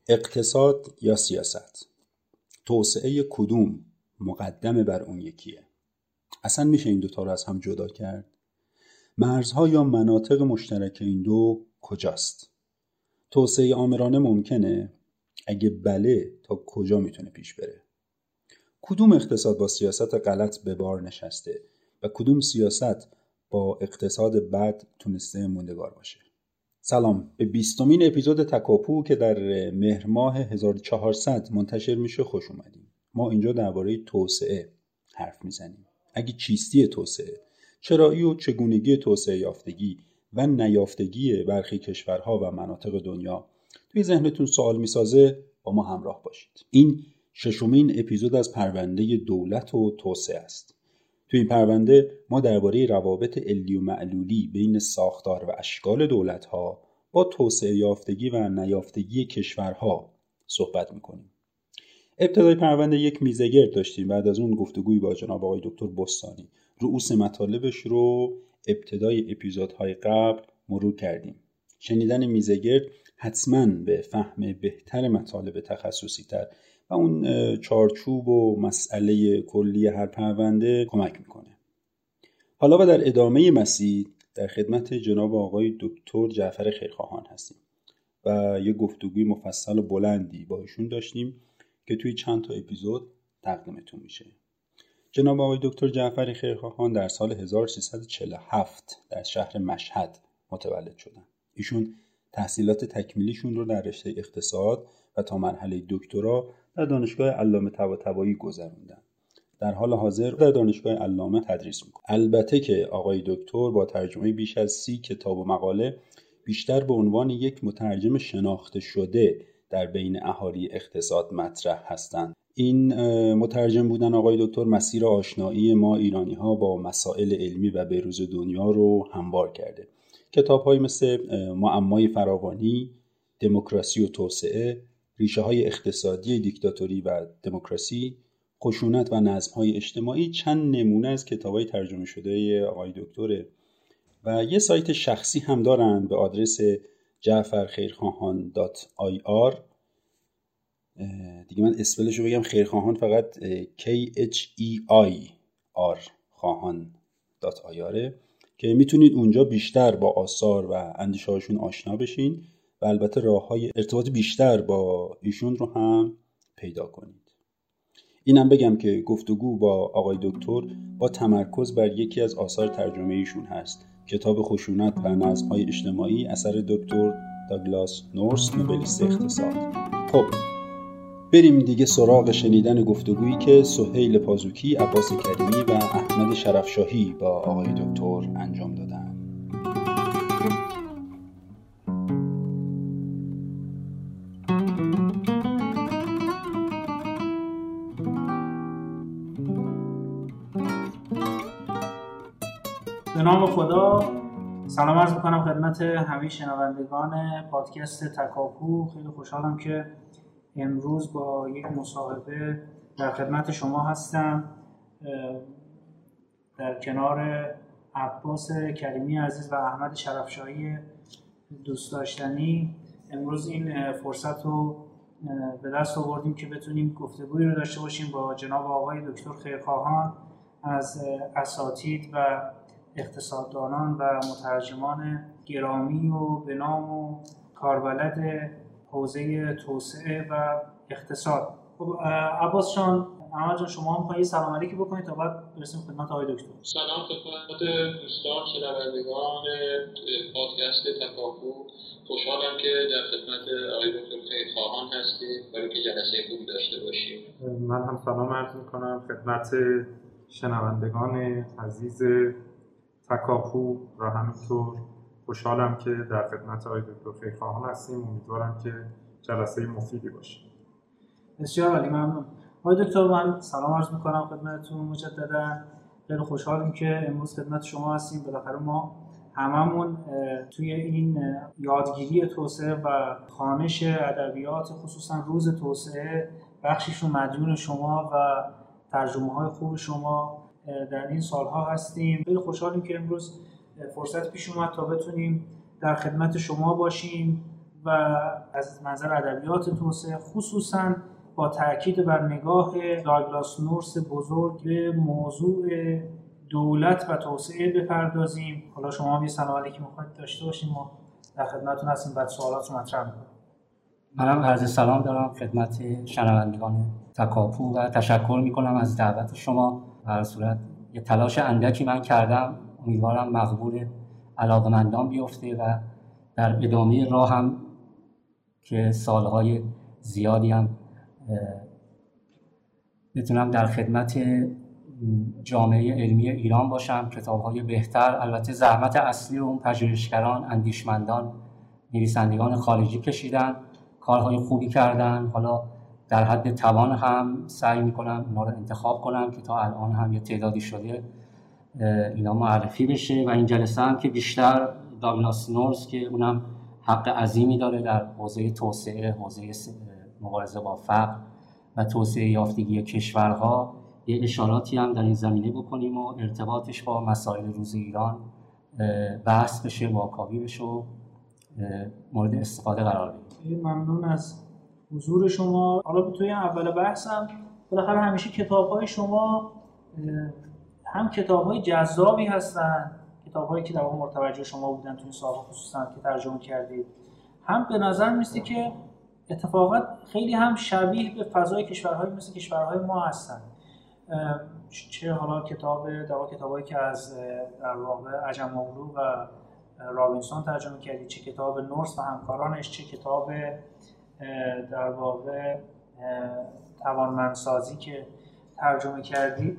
اقتصاد یا سیاست؟ توسعه کدوم مقدم بر اون یکیه؟ اصلا میشه این دوتا رو از هم جدا کرد؟ مرزها یا مناطق مشترک این دو کجاست؟ توسعه آمرانه ممکنه؟ اگه بله، تا کجا میتونه پیش بره؟ کدوم اقتصاد با سیاست غلط به بار نشسته و کدوم سیاست با اقتصاد بد تونسته موندگار باشه؟ سلام، به 20مین اپیزود تکاپو که در مهر ماه 1400 منتشر میشه خوش اومدیم. ما اینجا درباره توسعه حرف میزنیم. اگه چیستی توسعه، چرایی و چگونگی توسعه یافتگی و نیافتگی برخی کشورها و مناطق دنیا توی ذهنتون سوال میسازه، با ما همراه باشید. این 6مین اپیزود از پرونده دولت و توسعه است. توی این پرونده ما درباره روابط علی و معلولی بین ساختار و اشکال دولت‌ها با توسعه یافتگی و نیافتگی کشورها صحبت می‌کنیم. ابتدای پرونده یک میزگرد داشتیم، بعد از اون گفتگوی با جناب آقای دکتر بستانی. رؤوس مطالبش رو ابتدای اپیزودهای قبل مرور کردیم. شنیدن میزگرد حتماً به فهم بهتر مطالب تخصصی‌تر و اون چارچوب و مسئله کلی هر پرونده کمک میکنه. حالا و در ادامه مسیر در خدمت جناب آقای دکتر جعفر خیرخواهان هستیم و یه گفتگوی مفصل و بلندی با ایشون داشتیم که توی چند تا اپیزود تقدیمتون میشه. جناب آقای دکتر جعفر خیرخواهان در سال 1347 در شهر مشهد متولد شدن. ایشون تحصیلات تکمیلیشون رو در رشته اقتصاد و تا مرحله دکترا در دانشگاه علامه طباطبایی گذروندن. در حال حاضر در دانشگاه علامه تدریس میکنه. البته که آقای دکتر با ترجمه بیش از 30 کتاب و مقاله بیشتر به عنوان یک مترجم شناخته شده در بین اهالی اقتصاد مطرح هستند. این مترجم بودن آقای دکتر مسیر آشنایی ما ایرانی‌ها با مسائل علمی و بروز دنیا رو هموار کرده. کتاب‌هایی مثل معمای فراوانی، دموکراسی و توسعه، ریشه‌های اقتصادی دیکتاتوری و دموکراسی، خشونت و نظم‌های اجتماعی چند نمونه از کتاب‌های ترجمه شده آقای دکتره و یه سایت شخصی هم دارن به آدرس jafarkhairkhahan.ir. دیگه من اسپلشو بگم خیرخواهان فقط KHEIR khahan.ir که میتونید اونجا بیشتر با آثار و اندیشه‌هاشون آشنا بشین و البته راه‌های ارتباط بیشتر با ایشون رو هم پیدا کنید. اینم بگم که گفتگو با آقای دکتر با تمرکز بر یکی از آثار ترجمه ایشون هست، کتاب خشونت و نظم‌های اجتماعی اثر دکتر داگلاس نورس، نوبلیست اقتصاد. خب بریم دیگه سراغ شنیدن گفتگویی که سهیل پازوکی، عباس کریمی و احمد شرفشاهی با آقای دکتر انجام دادن. به نام خدا، سلام عرض میکنم خدمت همه شنوندگان پادکست تکاپو. خیلی خوشحالم که امروز با یک مصاحبه در خدمت شما هستم در کنار عباس کریمی عزیز و احمد شرفشاهی دوست داشتنی. امروز این فرصت رو به دست آوردیم که بتونیم گفتگویی رو داشته باشیم با جناب آقای دکتر خیرخواهان از اساتید و اقتصاددانان و مترجمان گرامی و به نام و کاربلد حوزه توسعه و اقتصاد. خب عباس جان، احمد جان، شما هم می‌خواید سلام علیکی بکنید تا بعد برسیم خدمت آقای دکتر. سلام خدمت دوستان شنوندگان پادکست تکاپو. خوشحالم که در خدمت آقای دکتر خیرخواهان هستید برای که جلسه خوبی داشته باشیم. من هم سلام عرض می‌کنم خدمت شنوندگان عزیز تکاپو و همینطور خوشحالم که در خدمت آقای دکتر خیرخواهان هستیم. امیدوارم که جلسه مفیدی باشه. بسیار عالی، ممنون. آقای دکتر، من سلام عرض می‌کنم خدمتتون مجددا. خیلی خوشحالیم که امروز خدمت شما هستیم. بالاخره ما هممون توی این یادگیری توسعه و خوانش ادبیات، خصوصا روز توسعه، بخشیش رو مدیون شما و ترجمه‌های خوب شما در این سالها هستیم. خیلی خوشحالیم که امروز فرصت پیش اومد تا بتونیم در خدمت شما باشیم و و از منظر ادبیات توسعه، خصوصاً با تاکید بر نگاه داگلاس نورس بزرگ به موضوع دولت و توسعه بپردازیم. حالا شما هم یه سوالی که می‌خواید داشته باشیم ما در خدمتتون هستیم، بعد سوالات رو مطرح می‌کنیم. منم عرض سلام دارم خدمت شنوندگان تکاپو و تشکر می‌کنم از دعوت شما. در صورت یه تلاش اندکی من کردم، امیدوارم مقبول علاقه‌مندان بیفته و در ادامه راه هم که سالهای زیادی هم بتونم در خدمت جامعه علمی ایران باشم. کتاب‌های بهتر، البته زحمت اصلی رو اون پژوهشگران، اندیشمندان، نویسندگان خارجی کشیدن، کارهای خوبی کردن. حالا در حد توان هم سعی می‌کنم اینا رو انتخاب کنم که تا الان هم یه تعدادی شده اینا معرفی بشه و این جلسه هم که بیشتر داگلاس نورس که اونم حق عظیمی داره در حوزه توسعه، حوزه مبارزه با فقر و توسعه یافتگی کشورها، یه اشاراتی هم در این زمینه بکنیم و ارتباطش با مسائل روز ایران بحث بشه، واکاوی بشه و مورد استفاده قرار بگیره. ممنون از حضور شما. حالا توی اول بحثم بالاخره همیشه کتاب‌های شما هم کتاب‌های جذابی هستن، کتاب‌هایی که در واقع مورد توجه شما بودن تو این سال‌ها خصوصا که ترجمه کردید، هم به نظر میسته که اتفاقا خیلی هم شبیه به فضای کشورهای مثل کشورهای ما هستن. چه حالا کتابایی که از در واقع عجم‌اوغلو و رابینسون ترجمه کردید، چه کتاب نورس و همکارانش، چه کتاب در واقع توانمندسازی که ترجمه کردید.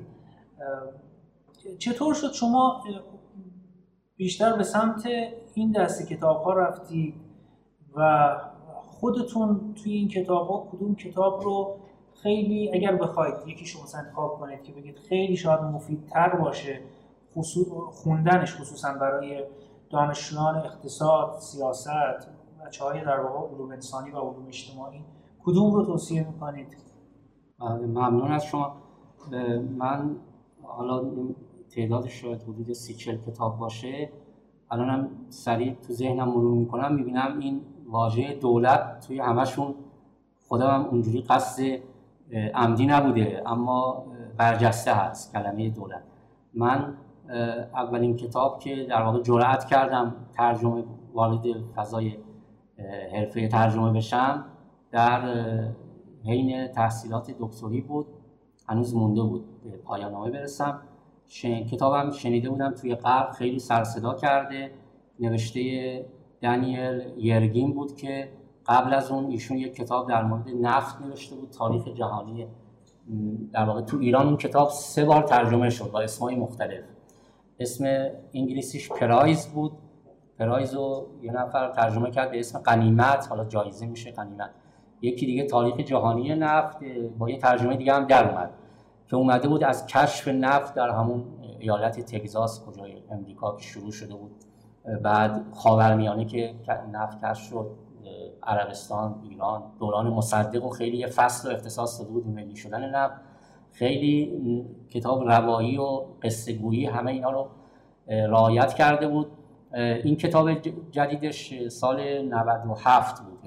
چطور شد شما بیشتر به سمت این دسته کتاب‌ها رفتید و خودتون توی این کتاب‌ها کدوم کتاب رو خیلی اگر بخواید یکیشو مثلا انتخاب کنید که بگید خیلی شاید مفیدتر باشه خوندنش، خصوصا برای دانشجویان اقتصاد، سیاست، بچه‌های در واقع علوم انسانی و علوم اجتماعی، کدوم رو توصیه می‌کنید؟ ممنون از شما. من حالا تعدادش شاید حدود 30-40 کتاب باشه، الانم سریع تو ذهنم مرور می‌کنم می‌بینم این واژه دولت توی همشون خودم هم اونجوری قصد عمدی نبوده اما برجسته هست کلمه دولت. من اولین کتاب که در واقع جرأت کردم ترجمه وارد فضای حرفه ترجمه بشم در حین تحصیلات دکتری بود، هنوز مونده بود به پایان نامه برسم. کتابم شنیده بودم توی غرب خیلی سر صدا کرده، نوشته دانیل یرگین بود که قبل از اون ایشون یک کتاب در مورد نفت نوشته بود، تاریخ جهانی. در واقع تو ایران اون کتاب 3 بار ترجمه شد با اسمای مختلف. اسم انگلیسیش پرایز بود، پرایز رو یه نفر ترجمه کرد به اسم غنیمت، حالا جایزه میشه غنیمت. یکی دیگه تاریخ جهانی نفت با یه ترجمه دیگه هم در اومد که اومده بود از کشف نفت در همون ایالت تگزاس کجای امریکا که شروع شده بود، بعد خاورمیانه که نفت کشف شد، عربستان، ایران، دوران مصدق و خیلی یه فصل رو اختصاص داده بود به ملی شدن نفت. خیلی کتاب روایی و قصه گویی همه اینا رو رعایت کرده بود. این کتاب جدیدش سال 97 بود،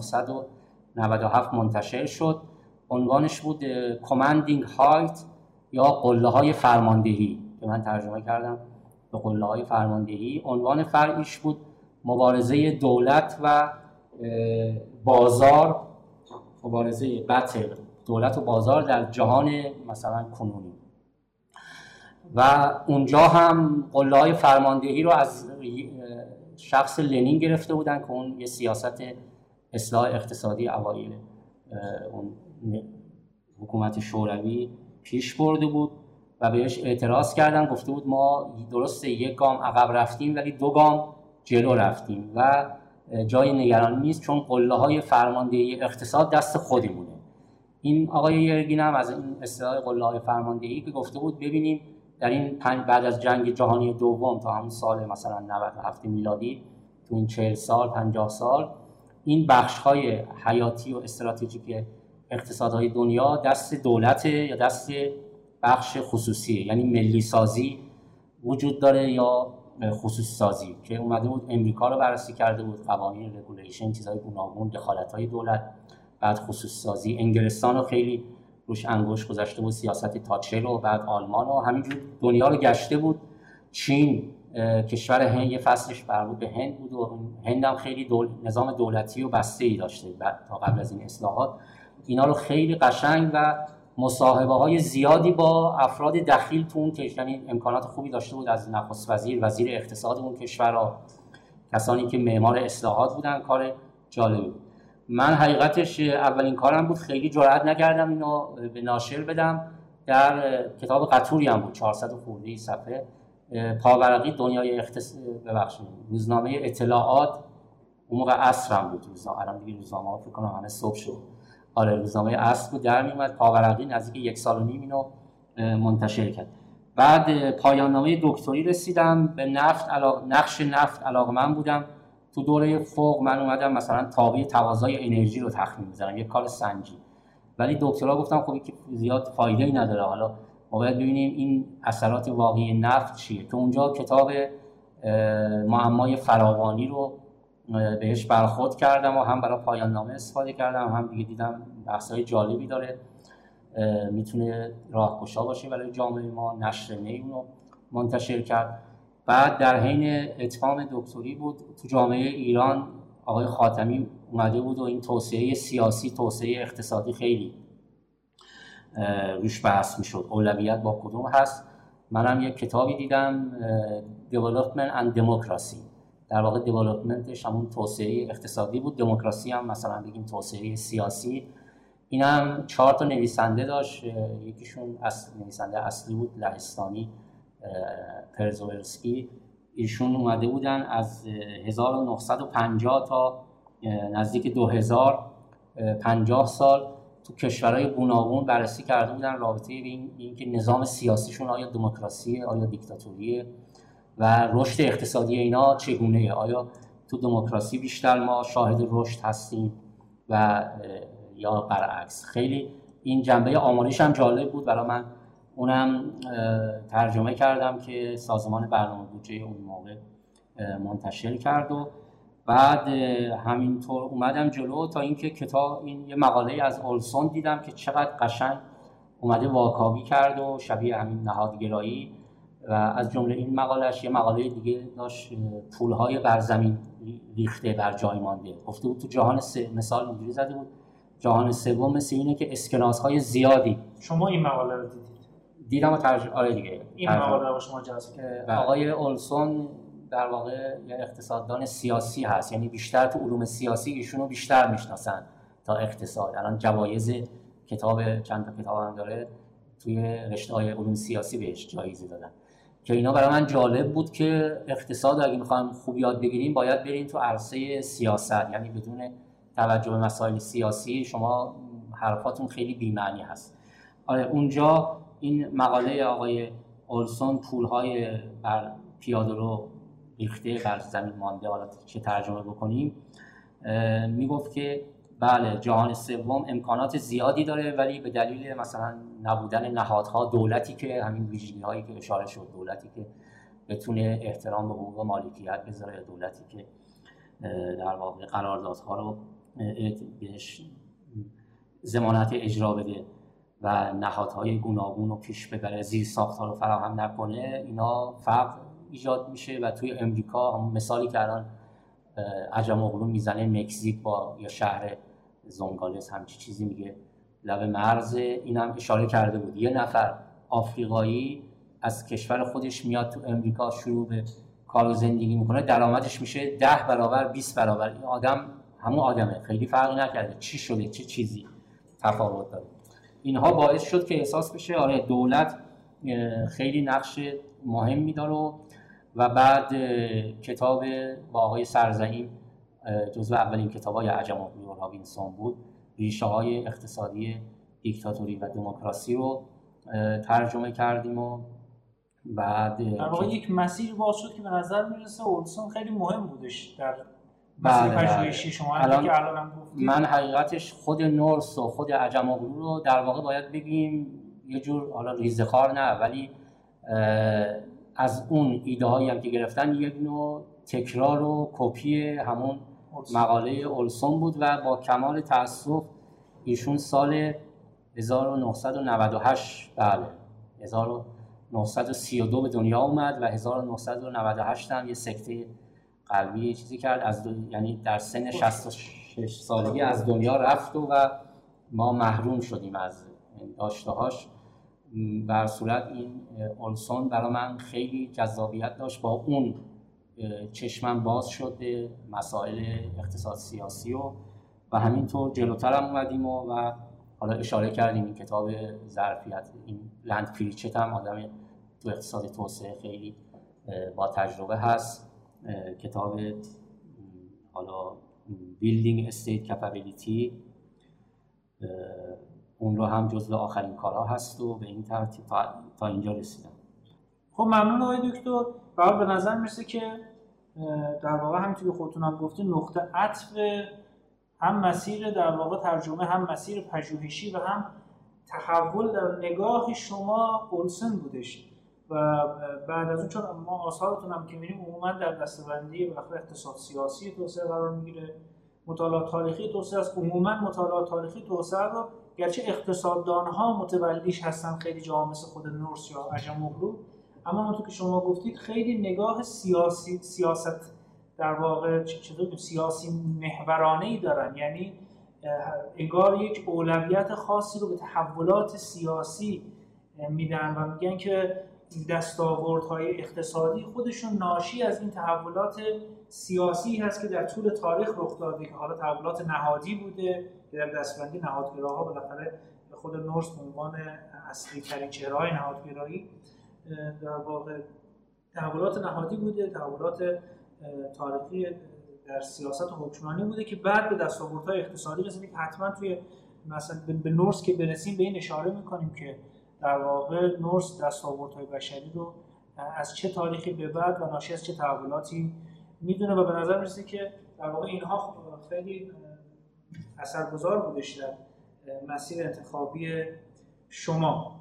1997 منتشر شد. عنوانش بود Commanding Height یا قله‌های فرماندهی که من ترجمه کردم به قله‌های فرماندهی. عنوان فرعیش بود مبارزه دولت و بازار، مبارزه بطل دولت و بازار در جهان مثلا کنونی. و اونجا هم قله‌های فرماندهی رو از شخص لنین گرفته بودن که اون یه سیاست اصلاح اقتصادی اوایل اون حکومت شوروی پیش برده بود و بهش اعتراض کردن، گفته بود ما درسته 1 گام عقب رفتیم ولی 2 گام جلو رفتیم و جای نگرانی نیست چون قله‌های فرماندهی اقتصاد دست خودمونه. این آقای یرگین هم از این اصطلاح قله‌های فرماندهی که گفته بود ببینیم در این بعد از جنگ جهانی دوم تا همون سال مثلا 97 میلادی، تو این 40 سال 50 سال این بخش‌های حیاتی و استراتژیک اقتصادهای دنیا دست دولت یا دست بخش خصوصیه، یعنی ملی سازی وجود داره یا خصوصی سازی که اومده بود امریکا رو بررسی کرده بود، قوانین رگولیشن، چیزهای گوناگون، دخالت‌های دولت، بعد خصوصی سازی. انگلستان رو خیلی روش انگشت گذاشته بود، سیاست تاتچر رو، بعد آلمان رو، همینجور دنیا رو گشته بود. چین، کشور هند، یه فصلش مربوط به هند بود و هند هم خیلی نظام دولتی و بسته‌ای داشته تا قبل از این اصلاحات. اینا رو خیلی قشنگ و مصاحبه‌های زیادی با افراد دخیل تو اون کشور، یعنی امکانات خوبی داشته بود، از نخست وزیر، وزیر اقتصاد اون کشور و کسانی که معمار اصلاحات بودن. کار جالبی بود. من حقیقتش اولین کارم بود، خیلی جرئت نکردم اینو به ناشر بدم. در کتاب قطوری هم بود، 400 خورده صفحه، پاورقی دنیای روزنامه اطلاعات، اون موقع عصر هم بود، الان دیگه روزنامه‌ها فکر کنم همه صبح شد. آره روزنامه عصر بود، در میومد. پاورقی نزدیک 1.5 سال اینو منتشر کرد. بعد پایان نامه دکتری رسیدم به نقش نفت علاقه‌مند بودم. تو دوره فوق من اومدم مثلا تابع تقاضای انرژی رو تخمین می‌زنم، یک کار سنجی. ولی دکترا گفتم خب که زیاد فایده‌ای نداره، حالا ما باید ببینیم این اثرات واقعی نفت چیه، که اونجا کتاب معمای فراوانی رو بهش برخورد کردم و هم برای پایان نامه استفاده کردم، هم دیگه دیدم بحث‌های جالبی داره، میتونه راهگشا باشه برای جامعه ما. نشر نی رو منتشر کرد. بعد در حین اتمام دکتری بود، تو جامعه ایران آقای خاتمی اومده بود و این توسعه سیاسی، توسعه اقتصادی خیلی روش بحث میشد، اولویت با کدوم هست. منم یک کتابی دیدم، Development and Democracy، در واقع دیولپمنتش همون توسعه اقتصادی بود، دموکراسی هم مثلا بگیم توسعه سیاسی. اینم 4 تا نویسنده داشت، یکیشون نویسنده اصلی بود لهستانی، پرزورسکی. ایشون اومده بودن از 1950 تا نزدیک 2050 سال تو کشورهای گوناگون بررسی کرده بودن رابطه این که نظام سیاسیشون آیا دموکراسیه، آیا دیکتاتوریه، و رشد اقتصادی اینا چگونه، آیا تو دموکراسی بیشتر ما شاهد رشد هستیم و یا برعکس. خیلی این جنبه آماریش هم جالب بود برای من، اونم ترجمه کردم که سازمان برنامه بودجه اون موقع منتشر کرد. و بعد همینطور اومدم جلو تا اینکه کتاب، این یه مقاله از اولسون دیدم که چقدر قشنگ اومده واکاوی کرد و شبیه همین نهادگرایی. و از جمله این مقالهش یه مقاله دیگه داشت، پولهای بر زمین ریخته بر جای مانده. گفته بود تو جهان مثال اینجوری زده بود، جهان سوم مثل اینه که اسکناس‌های زیادی. شما این مقاله رو دیدید؟ دیدم و ترجمه، آره دیگه این مقاله رو شما جذب کرد. آقای اولسون در واقع یه اقتصاددان سیاسی هست، یعنی بیشتر تو علوم سیاسی ایشونو بیشتر میشناسن تا اقتصاد. الان جوایز کتاب، چند تا کتاب هم داره توی رشته‌های علوم سیاسی بهش جایزه دادن، که اینا برای من جالب بود که اقتصاد اگه می‌خوایم خوب یاد بگیریم باید بریم تو عرصه سیاست، یعنی بدون توجه به مسائل سیاسی شما حرفاتون خیلی بی‌معنی هست. آره اونجا این مقاله آقای اولسون، پول‌های بر پیاده‌رو ریخته بر زمین مانده، حالا چه ترجمه بکنیم، میگفت که بله جهان سوم امکانات زیادی داره، ولی به دلیل مثلا نبودن نهادها، دولتی که همین ویژگی‌هایی که اشاره شد، دولتی که بتونه احترام به حقوق مالکیت بذاره، دولتی که در واقع قراردادها رو بهش ضمانت اجرا بده و نهادهای گوناگون رو پیش ببره، زیرساخت‌ها رو فراهم نکنه، اینا فقر ایجاد میشه. و توی امریکا همون مثالی که الان عجم‌اوغلو میزنه، مکزیک با یا شهر زونگالس همچی چیزی میگه، لب مرز، اینم اشاره کرده بود. یه نفر آفریقایی از کشور خودش میاد تو امریکا، شروع به کار و زندگی میکنه، درآمدش میشه 10 برابر 20 برابر. این آدم همون آدمه، خیلی فرقی نکرده چی شده، چه چیزی تفاوت داره. اینها باعث شد که احساس بشه آره دولت خیلی نقش مهمی داره. و بعد کتاب با آقای سرزعیم، جزو اولین کتاب‌های عجم‌اوغلو و رابینسون بود، ریشه‌های اقتصادی دیکتاتوری و دموکراسی رو ترجمه کردیم. و بعد در واقع یک مسیر باز شد که به نظر میرسه اولسون خیلی مهم بودش در مسیر پژوهشی شما. الان که الان گفتید، من حقیقتش خود نورس و خود عجم‌اوغلو رو در واقع باید بگیم یه جور، حالا ریزخوار نه، ولی از اون ایده هایی هم که گرفتن یک نوع تکرار و کپی همون مقاله اولسون بود و با کمال تأسف ایشون سال 1998 بله 1932 به دنیا اومد و 1998 هم یه سکته قلبی چیزی کرد یعنی در سن 66 سالگی از دنیا رفت و ما محروم شدیم از داشته‌هاش. بر صورت این اولسون برای من خیلی جذابیت داشت، با اون چشمم باز شد به مسائل اقتصاد سیاسی و همینطور جلوتر هم اومدیم و حالا اشاره کردیم این کتاب ظرفیت، این لند پریچت هم آدم تو اقتصاد توسعه خیلی با تجربه هست. کتاب حالا بیلدینگ استیت کپابیلیتی اون رو هم جزو آخرین کارها هست و به این ترتیب تا اینجا رسیدم. خب ممنون آقای دکتر. به نظر میرسه که در واقع همونطور که خودتون هم گفتین نقطه عطف هم مسیر در واقع ترجمه، هم مسیر پژوهشی و هم تحول در نگاه شما اولسون بودش و بعد از اون چون ما آثارتون هم که می‌بینیم عموما در دسته‌بندی بالاخره اقتصاد سیاسی توسعه قرار میگیره، مطالعات تاریخی توسعه است. عموما مطالعات تاریخی توسعه رو گرچه اقتصاددان‌ها متولیش هستن خیلی جاها مثل خود نورس یا عجم‌اوغلو، اما همونطور که شما گفتید خیلی نگاه سیاست در واقع چطور سیاسی محورانه‌ای دارن، یعنی انگار یک اولویت خاصی رو به تحولات سیاسی میدن و میگن که دستاوردهای اقتصادی خودشون ناشی از این تحولات سیاسی هست که در طول تاریخ رخ داده، که حالا تحولات نهادی بوده که در دستبندی نهادگراها بالاخره خود نورس به عنوان اصلی ترین چهره‌های نهادگرایی در واقع تحولات نهادی بوده، تحولات تاریخی در سیاست و حکمرانی بوده که بعد به دستاوردهای اقتصادی رسیده که حتما توی مثلا به نورس که برسیم به این اشاره می‌کنیم که در واقع نورس دستاوردهای بشری رو از چه تاریخی به بعد و ناشی از چه تحولاتی میدونه و به نظر میرسه که در واقع اینها خیلی اثرگذار بودش در مسیر انتخابی شما.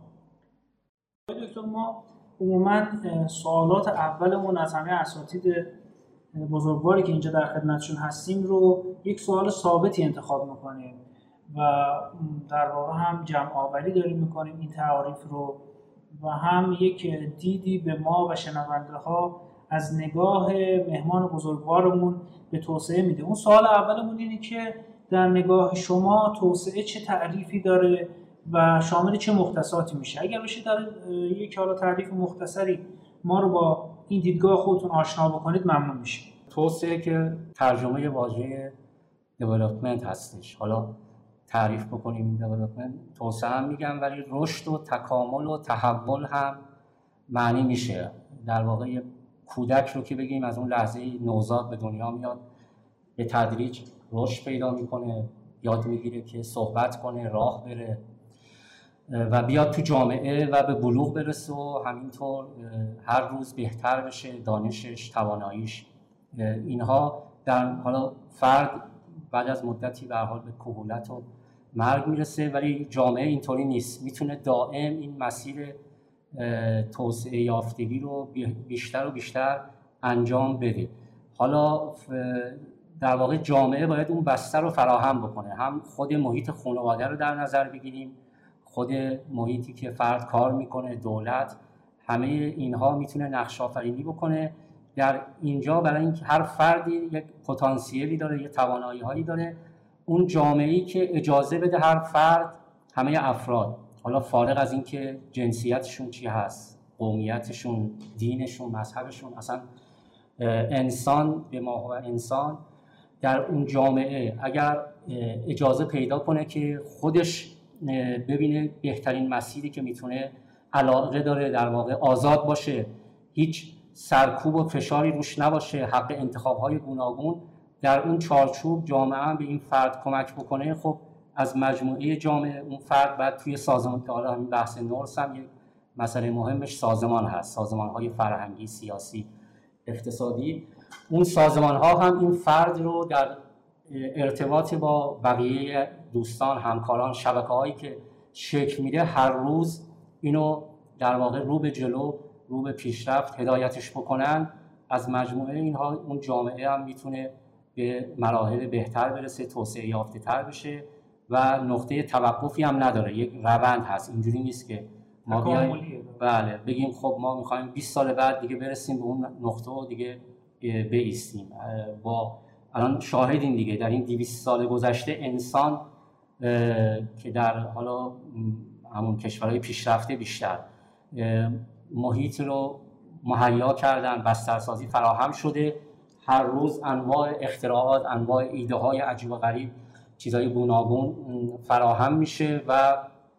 دکتر ما عموما سوالات اولمون از همه اساتید بزرگواری که اینجا در خدمتشون هستیم رو یک سوال ثابتی انتخاب میکنیم و در واقع هم جمع آوری داریم میکنیم این تعاریف رو و هم یک دیدی به ما و شنونده ها از نگاه مهمان بزرگوارمون به توسعه میده. اون سوال اولمون اینه که در نگاه شما توسعه چه تعریفی داره و شامل چه مختصاتی میشه؟ اگر بشه در یک حالا تعریف مختصری ما رو با این دیدگاه خودتون آشنا بکنید ممنون میشه. توسعه که ترجمه واژه development هستش. حالا تعریف بکنیم این development، توسعه هم میگم ولی رشد و تکامل و تحول هم معنی میشه. در واقع کودک رو که بگیم از اون لحظه نوزاد به دنیا میاد به تدریج رشد پیدا میکنه، یاد میگیره که صحبت کنه، راه بره و بیاد تو جامعه و به بلوغ برسه و همینطور هر روز بهتر بشه، دانشش، تواناییش. اینها در حالا فرد بعد از مدتی به هر حال به کهولت و مرگ میرسه، ولی جامعه اینطوری نیست، میتونه دائم این مسیر توسعه یافتگی رو بیشتر و بیشتر انجام بده. حالا در واقع جامعه باید اون بستر رو فراهم بکنه، هم خود محیط خانواده رو در نظر بگیریم، خود محیطی که فرد کار میکنه، دولت، همه اینها میتونه نقش آفرینی بکنه در اینجا برای اینکه هر فردی یک پتانسیلی داره، یک توانایی هایی داره. اون جامعه‌ای که اجازه بده هر فرد، همه افراد، حالا فارغ از اینکه جنسیتشون چی هست، قومیتشون، دینشون، مذهبشون، اصلا انسان به ما هو انسان، در اون جامعه اگر اجازه پیدا کنه که خودش ببینه بهترین مسیری که میتونه، علاقه داره در واقع آزاد باشه، هیچ سرکوب و فشاری روش نباشه، حق انتخاب‌های گوناگون، در اون چارچوب جامعه هم به این فرد کمک بکنه. خب از مجموعه جامعه اون فرد بعد توی سازمان، که حالا همین بحث نورس هم یک مسئله مهمش سازمان هست، سازمان‌های فرهنگی، سیاسی، اقتصادی. اون سازمان‌ها هم این فرد رو در ارتباط با بقیه دوستان، همکاران، شبکه‌هایی که شکل میده هر روز اینو در واقع رو به جلو رو به پیشرفت هدایتش بکنن، از مجموعه اینها اون جامعه هم میتونه به مراحل بهتر برسه، توسعه یافته تر بشه و نقطه توقفی هم نداره، یک روند هست. اینجوری نیست که ما بیایم بله بگیم خب ما میخوایم 20 سال بعد دیگه برسیم به اون نقطه و دیگه بایستیم. با الان شاهدین دیگه در این 200 سال گذشته انسان که در حالا همون کشورهای پیشرفته بیشتر محیط رو مهیا کردن، بسترسازی فراهم شده، هر روز انواع اختراعات، انواع ایده های عجیب و غریب، چیزهای گوناگون فراهم میشه و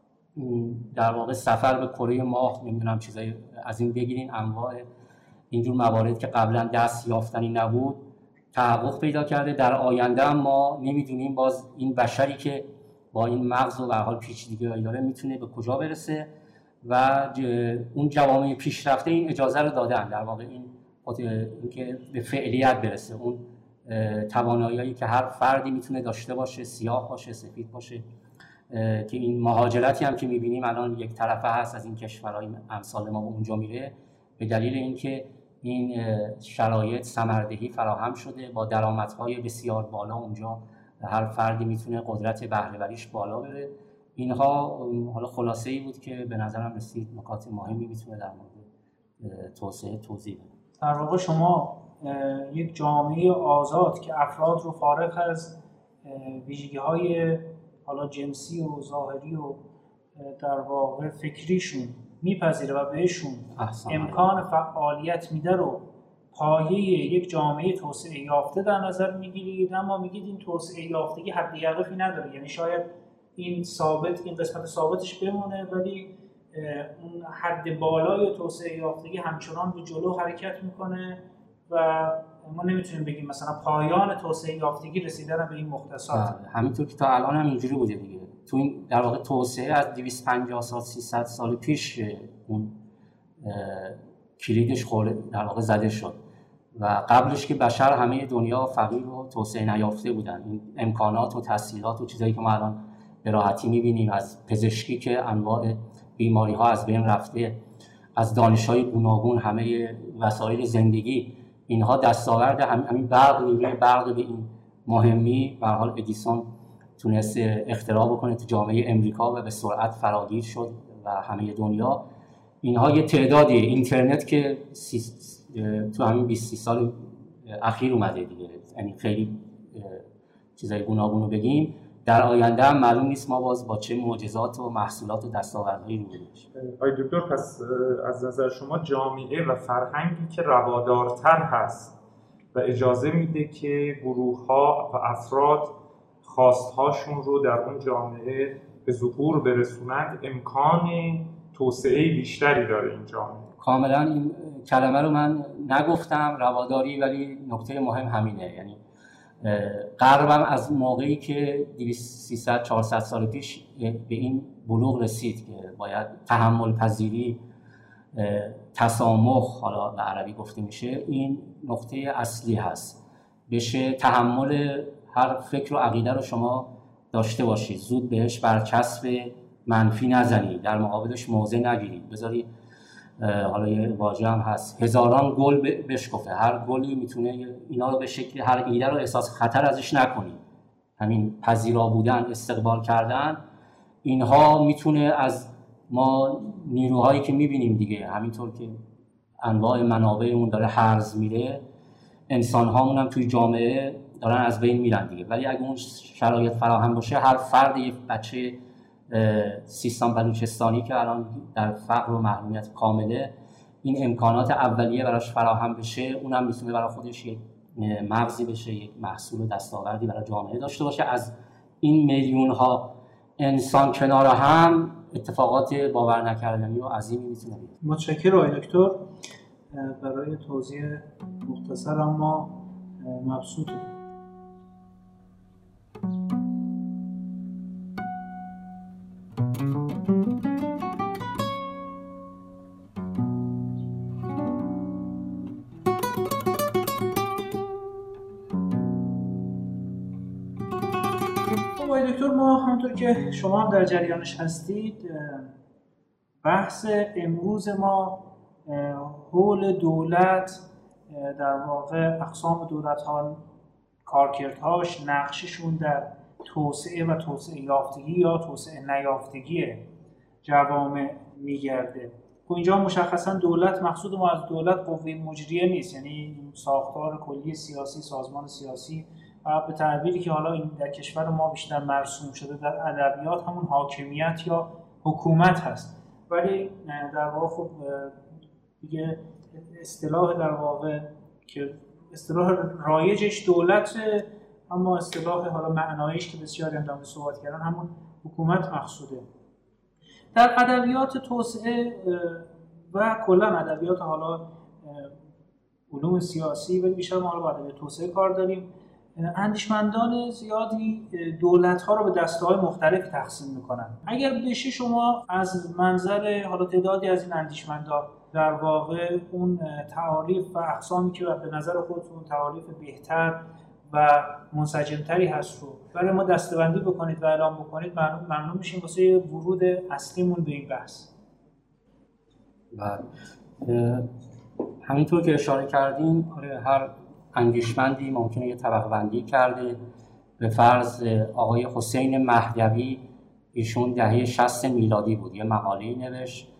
در واقع سفر به کره ماه، نمیدونم چیزای از این بگیرین، انواع اینجور موارد که قبلا دست یافتنی نبود تحقق پیدا کرده. در آینده هم ما نمیدونیم باز این بشری که با این مغز و به هر حال پیچیدگی‌هایی داره میتونه به کجا برسه و اون جوامع پیشرفته این اجازه رو دادن در واقع این که به فعلیت برسه، اون توانایی‌هایی که هر فردی میتونه داشته باشه، سیاه باشه، سفید باشه، که این مهاجرتی هم که میبینیم الان یک طرفه هست از این کشورهای امثال ما به اونجا میره به دلیل اینکه این شرایط ثمردهی فراهم شده، با درآمدهای بسیار بالا اونجا هر فردی میتونه قدرت بهره‌وریش بالا بره. اینها حالا خلاصه‌ای بود که به نظرم رسید نکات مهمی میتونه در مورد توسعه توضیح بده. در واقع شما یک جامعه آزاد که افراد رو فارغ از ویژگی‌های حالا جنسی و ظاهری و در واقع فکریشون میپذیره و بهشون امکان فعالیت میده رو پایه یک جامعه توسعه یافته در نظر میگیرید، اما میگید این توسعه یافتگی حد یقفی نداره، یعنی شاید این قسمت ثابتش بمونه ولی اون حد بالای توسعه یافتگی همچنان به جلو حرکت میکنه و ما نمیتونیم بگیم مثلا پایان توسعه یافتگی رسیدن به این مختصات. همینطور که تا الان هم اینجوری بوده دیگه. تو این در واقع توسعه از 250 سال 300 سال پیش اون کلیدش در واقع زده شد و قبلش که بشر همه دنیا فقیر و توسعه نیافته بودن. این امکانات و تسهیلات و چیزایی که ما الان به راحتی می‌بینیم، از پزشکی که انواع بیماری‌ها از بین رفته، از دانش‌های گوناگون، همه وسایل زندگی، اینها دستاورد همین برق، نیروی برق به این مهمی به هر حال ادیسون تونست اختراع بکنه تو جامعه امریکا و به سرعت فراگیر شد و همه دنیا. اینها یه تعدادی، اینترنت که تو همین 20 سال اخیر اومده دیگه، یعنی خیلی چیزای گوناگون رو بگیم. در آینده هم معلوم نیست ما باز با چه معجزات و محصولات و دستاوردهایی روبرو میشیم. آقای دکتر، پس از نظر شما جامعه و فرهنگی که روادارتر هست و اجازه میده که گروه‌ها و افراد خواستهاشون رو در اون جامعه به ظهور برسونند، امکان توسعه بیشتری داره این جامعه. کاملا این کلمه رو من نگفتم رواداری، ولی نکته مهم همینه. یعنی غربم از موقعی که 200 400 سال پیش به این بلوغ رسید که باید تحمل پذیری، تسامح حالا به عربی گفته میشه، این نقطه اصلی هست. بشه تحمل هر فکر و عقیده رو شما داشته باشید، زود بهش برچسب منفی نزنید، در مقابلش موضع نگیرید، بذاری حالا یه واژه هم هست هزاران گل بشکفه، هر گلی میتونه اینا رو به شکل هر ایده رو احساس خطر ازش نکنید. همین پذیرا بودن، استقبال کردن، اینها میتونه از ما نیروهایی که میبینیم دیگه، همینطور که انواع منابعمون داره هرز میره، انسان هامون هم توی جامعه دارن از بین میرن دیگه. ولی اگه اون شرایط فراهم باشه، هر فرد یه بچه سیستان بلوچستانی که الان در فقر و محرومیت کامله، این امکانات اولیه براش فراهم بشه، اونم میتونه برای خودش یک مغزی بشه، یک محصول و دستاوردی برای جامعه داشته باشه. از این میلیون ها انسان کنار هم اتفاقات باور نکردنی و عظیمی میتونه بیاد. متشکرم آقای دکتر برای توضیح مختصر اما مبسوط. آقای دکتر، ما همونطور که شما هم در جریانش هستید، بحث امروز ما حول دولت در واقع اقسام دولت‌ها، کارکردهاش، نقششون در توسعه و توسعه یافتگی یا توسعه نیافتگی جوامع میگرده. و اینجا مشخصا دولت، مقصود ما از دولت قوه مجریه نیست، یعنی ساختار کلی سیاسی، سازمان سیاسی و به تعبیری که حالا این در کشور ما بیشتر مرسوم شده در ادبیات همون حاکمیت یا حکومت هست. ولی در واقع خب دیگه اصطلاح در واقع که اصطلاح رایجش دولت، اما اصطلاح حالا معنایش که بسیاری هم در مورد صحبت کردن همون حکومت مقصوده. در ادبیات توسعه و کلا ادبیات حالا علوم سیاسی، ولی بیشتر ما حالا با ادبیات توسعه کار داریم، اندیشمندان زیادی دولت‌ها رو به دسته‌های مختلف تقسیم می‌کنن. اگر بشه شما از منظر حالا تعدادی از این اندیشمندان در واقع اون تعاریف و اقسامی که به نظر خودتون تعاریف بهتر و منسجم‌تری هست رو برای ما دسته‌بندی بکنید و اعلام بکنید، ممنون میشیم واسه ورود اصلیمون به این بحث. همینطور که اشاره کردیم، هر اندیشمندی ممکنه یه طبقه بندی کرده. به فرض آقای حسین مهدوی، ایشون دهه 60 میلادی بود، یه مقاله‌ای نوشت،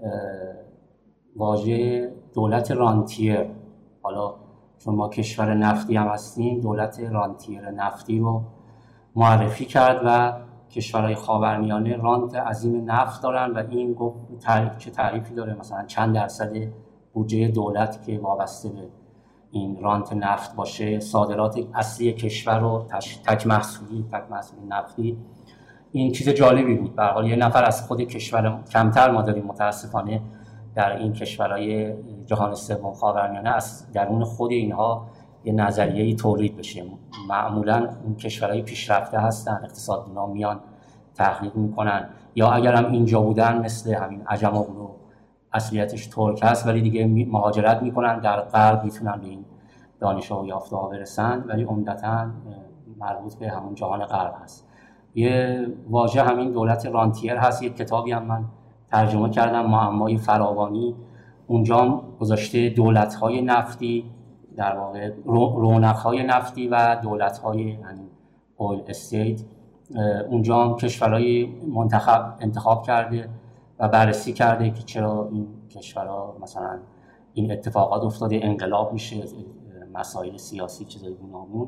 واژه دولت رانتیر، حالا چون ما کشور نفتی هم هستیم، دولت رانتیر نفتی رو معرفی کرد و کشورهای خاورمیانه رانت عظیم نفت دارن و این گفت چه تعریفی داره، مثلا چند درصد بودجه دولت که وابسته به این رانت نفت باشه، صادرات اصلی کشور رو تک محصولی نفتی. این چیز جالبی بود. به هر حال یه نفر از خود کشور، کمتر ما داریم متاسفانه در این کشورهای جهان سوم خاورمیانه، از درون خود اینها یه نظریه‌ای تولید بشه. معمولاً اون کشورهای پیشرفته هستن، اقتصاددونا میان تحقیق میکنن، یا اگر هم اینجا بودن مثل همین عجم‌اوغلو اصلیتش ترک هست ولی دیگه مهاجرت میکنن، در غرب میتونن به این دانش‌ها و یافته‌ها برسن، ولی عمدتاً مربوط به همون جهان غرب هست. یه واژه همین دولت رانتیر هست. یک کتابی هم من ترجمه کردم، معمای فراوانی، اونجا گذاشته دولت‌های نفتی، در واقع رونق‌های نفتی و دولت‌های همین اویل استیت. اونجا هم کشورهای انتخاب کرده و بررسی کرده که چرا این کشورها مثلا این اتفاقات افتاده، انقلاب میشه، مسائل سیاسی، چیزای گوناگون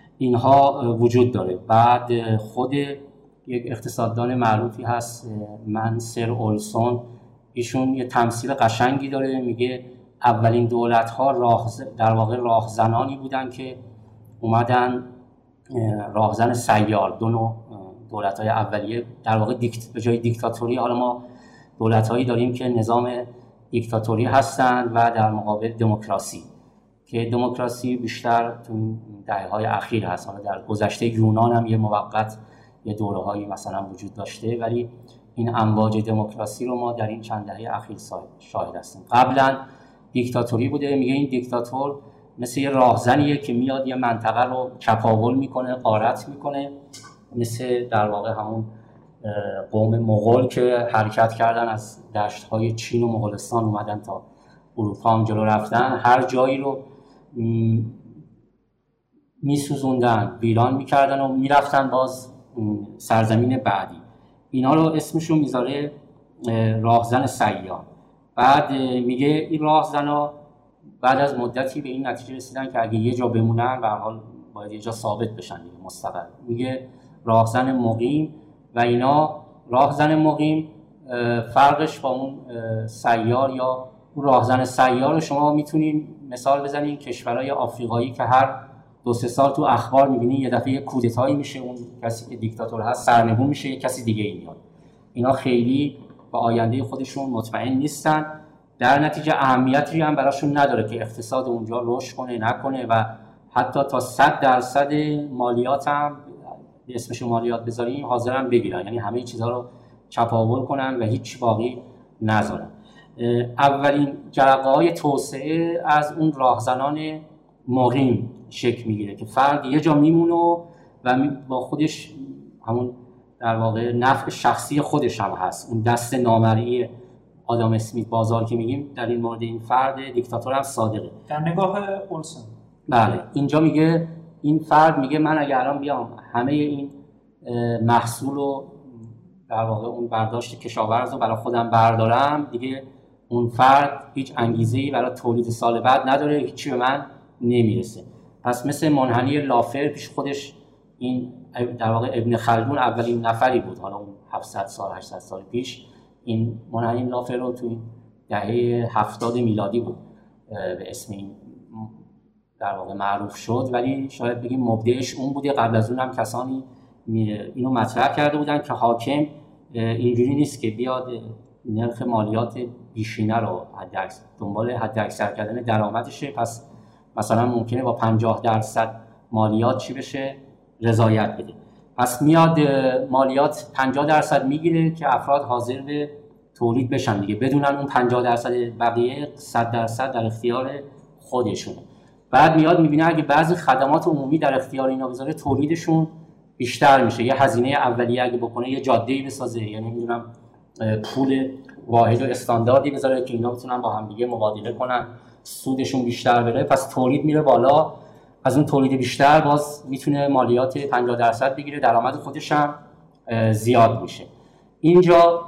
اینها وجود داره. بعد خود یک اقتصاددان معروفی هست، منسر اولسون، ایشون یه تمثیل قشنگی داره، میگه اولین دولت‌ها در واقع راهزنانی بودن که اومدن، راهزن سیار، دو نوع دولت‌های اولیه در واقع به جای دیکتاتوری، حالا ما دولت‌هایی داریم که نظام دیکتاتوری هستن و در مقابل دموکراسی، که دموکراسی بیشتر تو دهه‌های اخیر هست. حالا در گذشته یونان هم یه موقت یه دوره‌هایی مثلا وجود داشته، ولی این امواج دموکراسی رو ما در این چند دهه اخیر شاهد هستیم. قبلا دیکتاتوری بوده. میگه این دیکتاتور مثل یه راهزنیه که میاد یه منطقه رو چپاول میکنه، غارت میکنه، مثل در واقع همون قوم مغول که حرکت کردن از دشت‌های چین و مغولستان اومدن تا اروپا هم جلو رفتن، هر جایی رو میسوزوندن، ویران میکردن و میرفتن باز سرزمین بعدی. اینا رو اسمشو میذاره راهزن سیار. بعد میگه این راهزنا بعد از مدتی به این نتیجه رسیدن که اگه یه جا بمونن به هر حال باید یه جا ثابت بشن، مستقل. میگه راهزن مقیم. و اینا راهزن مقیم فرقش با اون سیار یا اون راهزن سیار رو شما میتونین مثال بزنین کشورهای آفریقایی که هر 2-3 سال تو اخبار میبینین یه دفعه کودتایی میشه، اون کسی که دیکتاتور هست سرنگون میشه، یه کسی دیگه میاد. اینا خیلی با آینده خودشون مطمئن نیستن، در نتیجه اهمیتی هم براشون نداره که اقتصاد اونجا رشد کنه نکنه و حتی تا 100% مالیات هم به اسمش مالیات بذاریم حاضرن بگیرن، یعنی همه چیزها رو چپاول کنن و هیچ باقی نذارن. اولین جرقه‌های توسعه از اون راهزنان مقیم شکل میگیره که فرد یه جا میمونه و با خودش همون در واقع نفع شخصی خودش هم هست، اون دست نامرئی آدام اسمیت بازار که میگیم در این مورد این فرد دیکتاتور هم صادقه. در نگاه اولسون بله، اینجا میگه این فرد میگه من اگر الان بیام همه این محصول رو در واقع اون برداشت کشاورز رو برای خودم بردارم، دیگه اون فرد هیچ انگیزه‌ای برای تولید سال بعد نداره، هیچی به من نمیرسه. پس مثل منحنی لافر پیش خودش، این در واقع ابن خلدون اولین نفری بود، حالا اون 700 سال 800 سال پیش این منحنی لافر رو توی دهه 70 میلادی بود به اسم این در واقع معروف شد، ولی شاید بگیم مبدعش اون بوده. قبل از اون هم کسانی اینو مطرح کرده بودن که حاکم اینجوری نیست که بیاد نرخ مالیات بیشینه رو دنبال حداکثر کردن درآمدشه، پس مثلا ممکنه با 50% مالیات چی بشه؟ رضایت بده. پس میاد مالیات 50% میگیره که افراد حاضر به تولید بشن دیگه، بدونن اون 50% بقیه 100% در اختیار خودشونه. بعد میاد میبینه اگه بعضی خدمات عمومی در اختیار اینا بذاره تولیدشون بیشتر میشه. یه هزینه اولیه اگه بکنه، یه جاده‌ای بسازه، یعنی نمیدونم پول واحد و استانداردی بذاره که اینا بتونن با هم دیگه مبادله کنن، سودشون بیشتر بره، پس تولید میره بالا. از اون تولید بیشتر باز میتونه مالیات 50% بگیره، درآمد خودش هم زیاد میشه. اینجا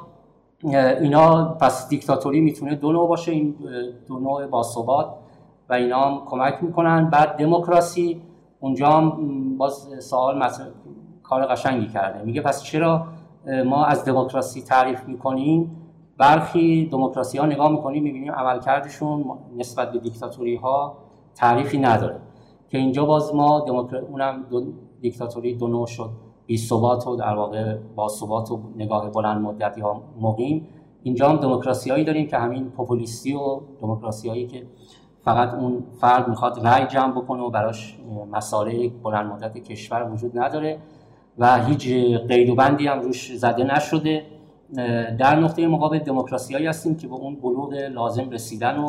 اینا پس دیکتاتوری میتونه دو نوع باشه، این دو نوع باثبات و اینا هم کمک میکنن. بعد دموکراسی، اونجا هم باز سوال کار قشنگی کرده، میگه پس چرا ما از دموکراسی تعریف میکنیم؟ برخی دموکراسی ها نگاه میکنیم میبینیم عملکردشون نسبت به دیکتاتوری ها تعریفی نداره، که اینجا باز ما اونم دیکتاتوری دو نوع شد، بی‌ثبات و در واقع باثبات و نگاه بلند مدتی ها مقیم. اینجا هم دموکراسی هایی داریم که همین پوپولیستی و دموکراسی هایی که فقط اون فرد میخواد رأی جمع بکنه و براش مسائل بلند مدت کشور وجود نداره و هیچ قید و بندی هم روش زده نشده. در نقطه مقابل دموکراسی هایی هستیم که به اون بلوغ لازم رسیدن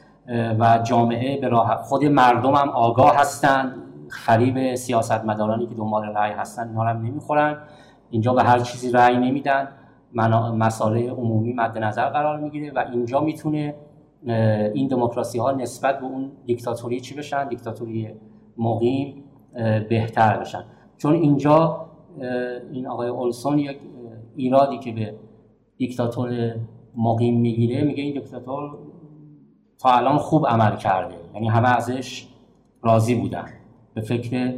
و جامعه به راه خود مردم هم آگاه هستن، فریب سیاستمدارانی که دنبال رأی هستن اینا هم نمیخورن، اینجا به هر چیزی رأی نمیدن، مسائل عمومی مد نظر قرار میگیره و اینجا میتونه این دموکراسی ها نسبت به اون دیکتاتوری چی بشن؟ دیکتاتوری مقیم بهتر بشن. چون اینجا این آقای اولسون یک ایرادی که به دیکتاتور مقیم میگیره، میگه این دیکتاتور تا الان خوب عمل کرده، یعنی همه ازش راضی بودن، به فکر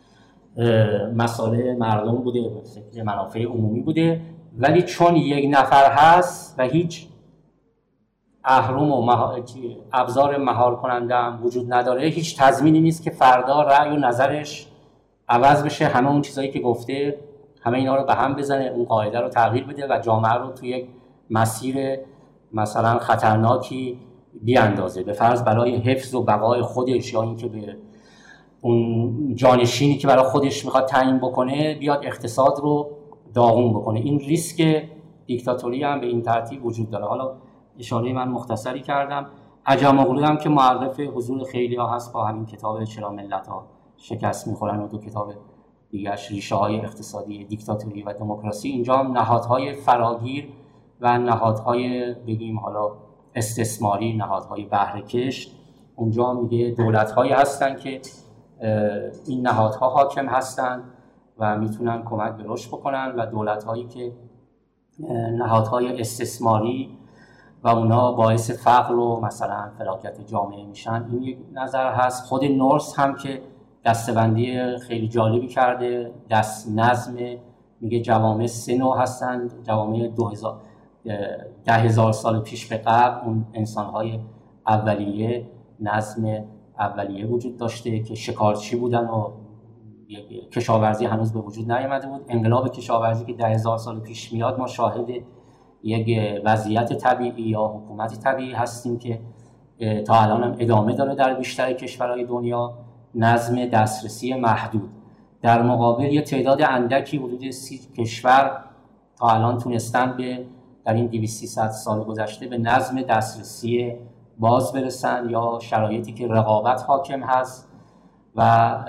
مسائل مردم بوده، به فکر منافع عمومی بوده، ولی چون یک نفر هست و هیچ اهرم و ابزار مهار کننده هم وجود نداره، هیچ تضمینی نیست که فردا رأی و نظرش عوض بشه، همه اون چیزایی که گفته همه اینا رو به هم بزنه، اون قاعده رو تغییر بده و جامعه رو توی یک مسیر مثلا خطرناکی بیاندازه، به فرض برای حفظ و بقای خودش یا اینکه به اون جانشینی که برای خودش میخواد تعیین بکنه بیاد اقتصاد رو داغون بکنه. این ریسک دیکتاتوری هم به این ترتیب وجود داره. حالا اشاره من مختصری کردم. عجم‌اوغلو هم که معرف حضور خیلی ها هست با همین کتاب چرا ملت ها شکست میخورن و دو کتاب دیگرش، ریشه های اقتصادی دیکتاتوری و دموکراسی. اینجا هم نهادهای فراگیر و نهادهای بگیم حالا استثماری، نهادهای بهره‌کش، اونجا میگه دولت‌هایی هستن که این نهادها حاکم هستن و میتونن کمک به رشد بکنن و دولت‌هایی که نهادهای استثماری و اونا باعث فقر و مثلا فلاکت جامعه میشن. این یک نظر هست. خود نورس هم که دسته‌بندی خیلی جالبی کرده، نظم میگه جوامع سه نوع هستند، جوامع 10,000 سال پیش به قبل اون انسان‌های اولیه، نظم اولیه وجود داشته که شکارچی بودن و کشاورزی هنوز به وجود نیامده بود. انقلاب کشاورزی که 10,000 سال پیش میاد، ما شاهد یک وضعیت طبیعی یا حکومت طبیعی هستیم که تا الان هم ادامه داره در بیشتر کشورهای دنیا، نظم دسترسی محدود. در مقابل یه تعداد اندکی حدود 30 کشور تا الان تونستن در این 200-300 سال گذشته به نظم دسترسی باز برسن یا شرایطی که رقابت حاکم هست و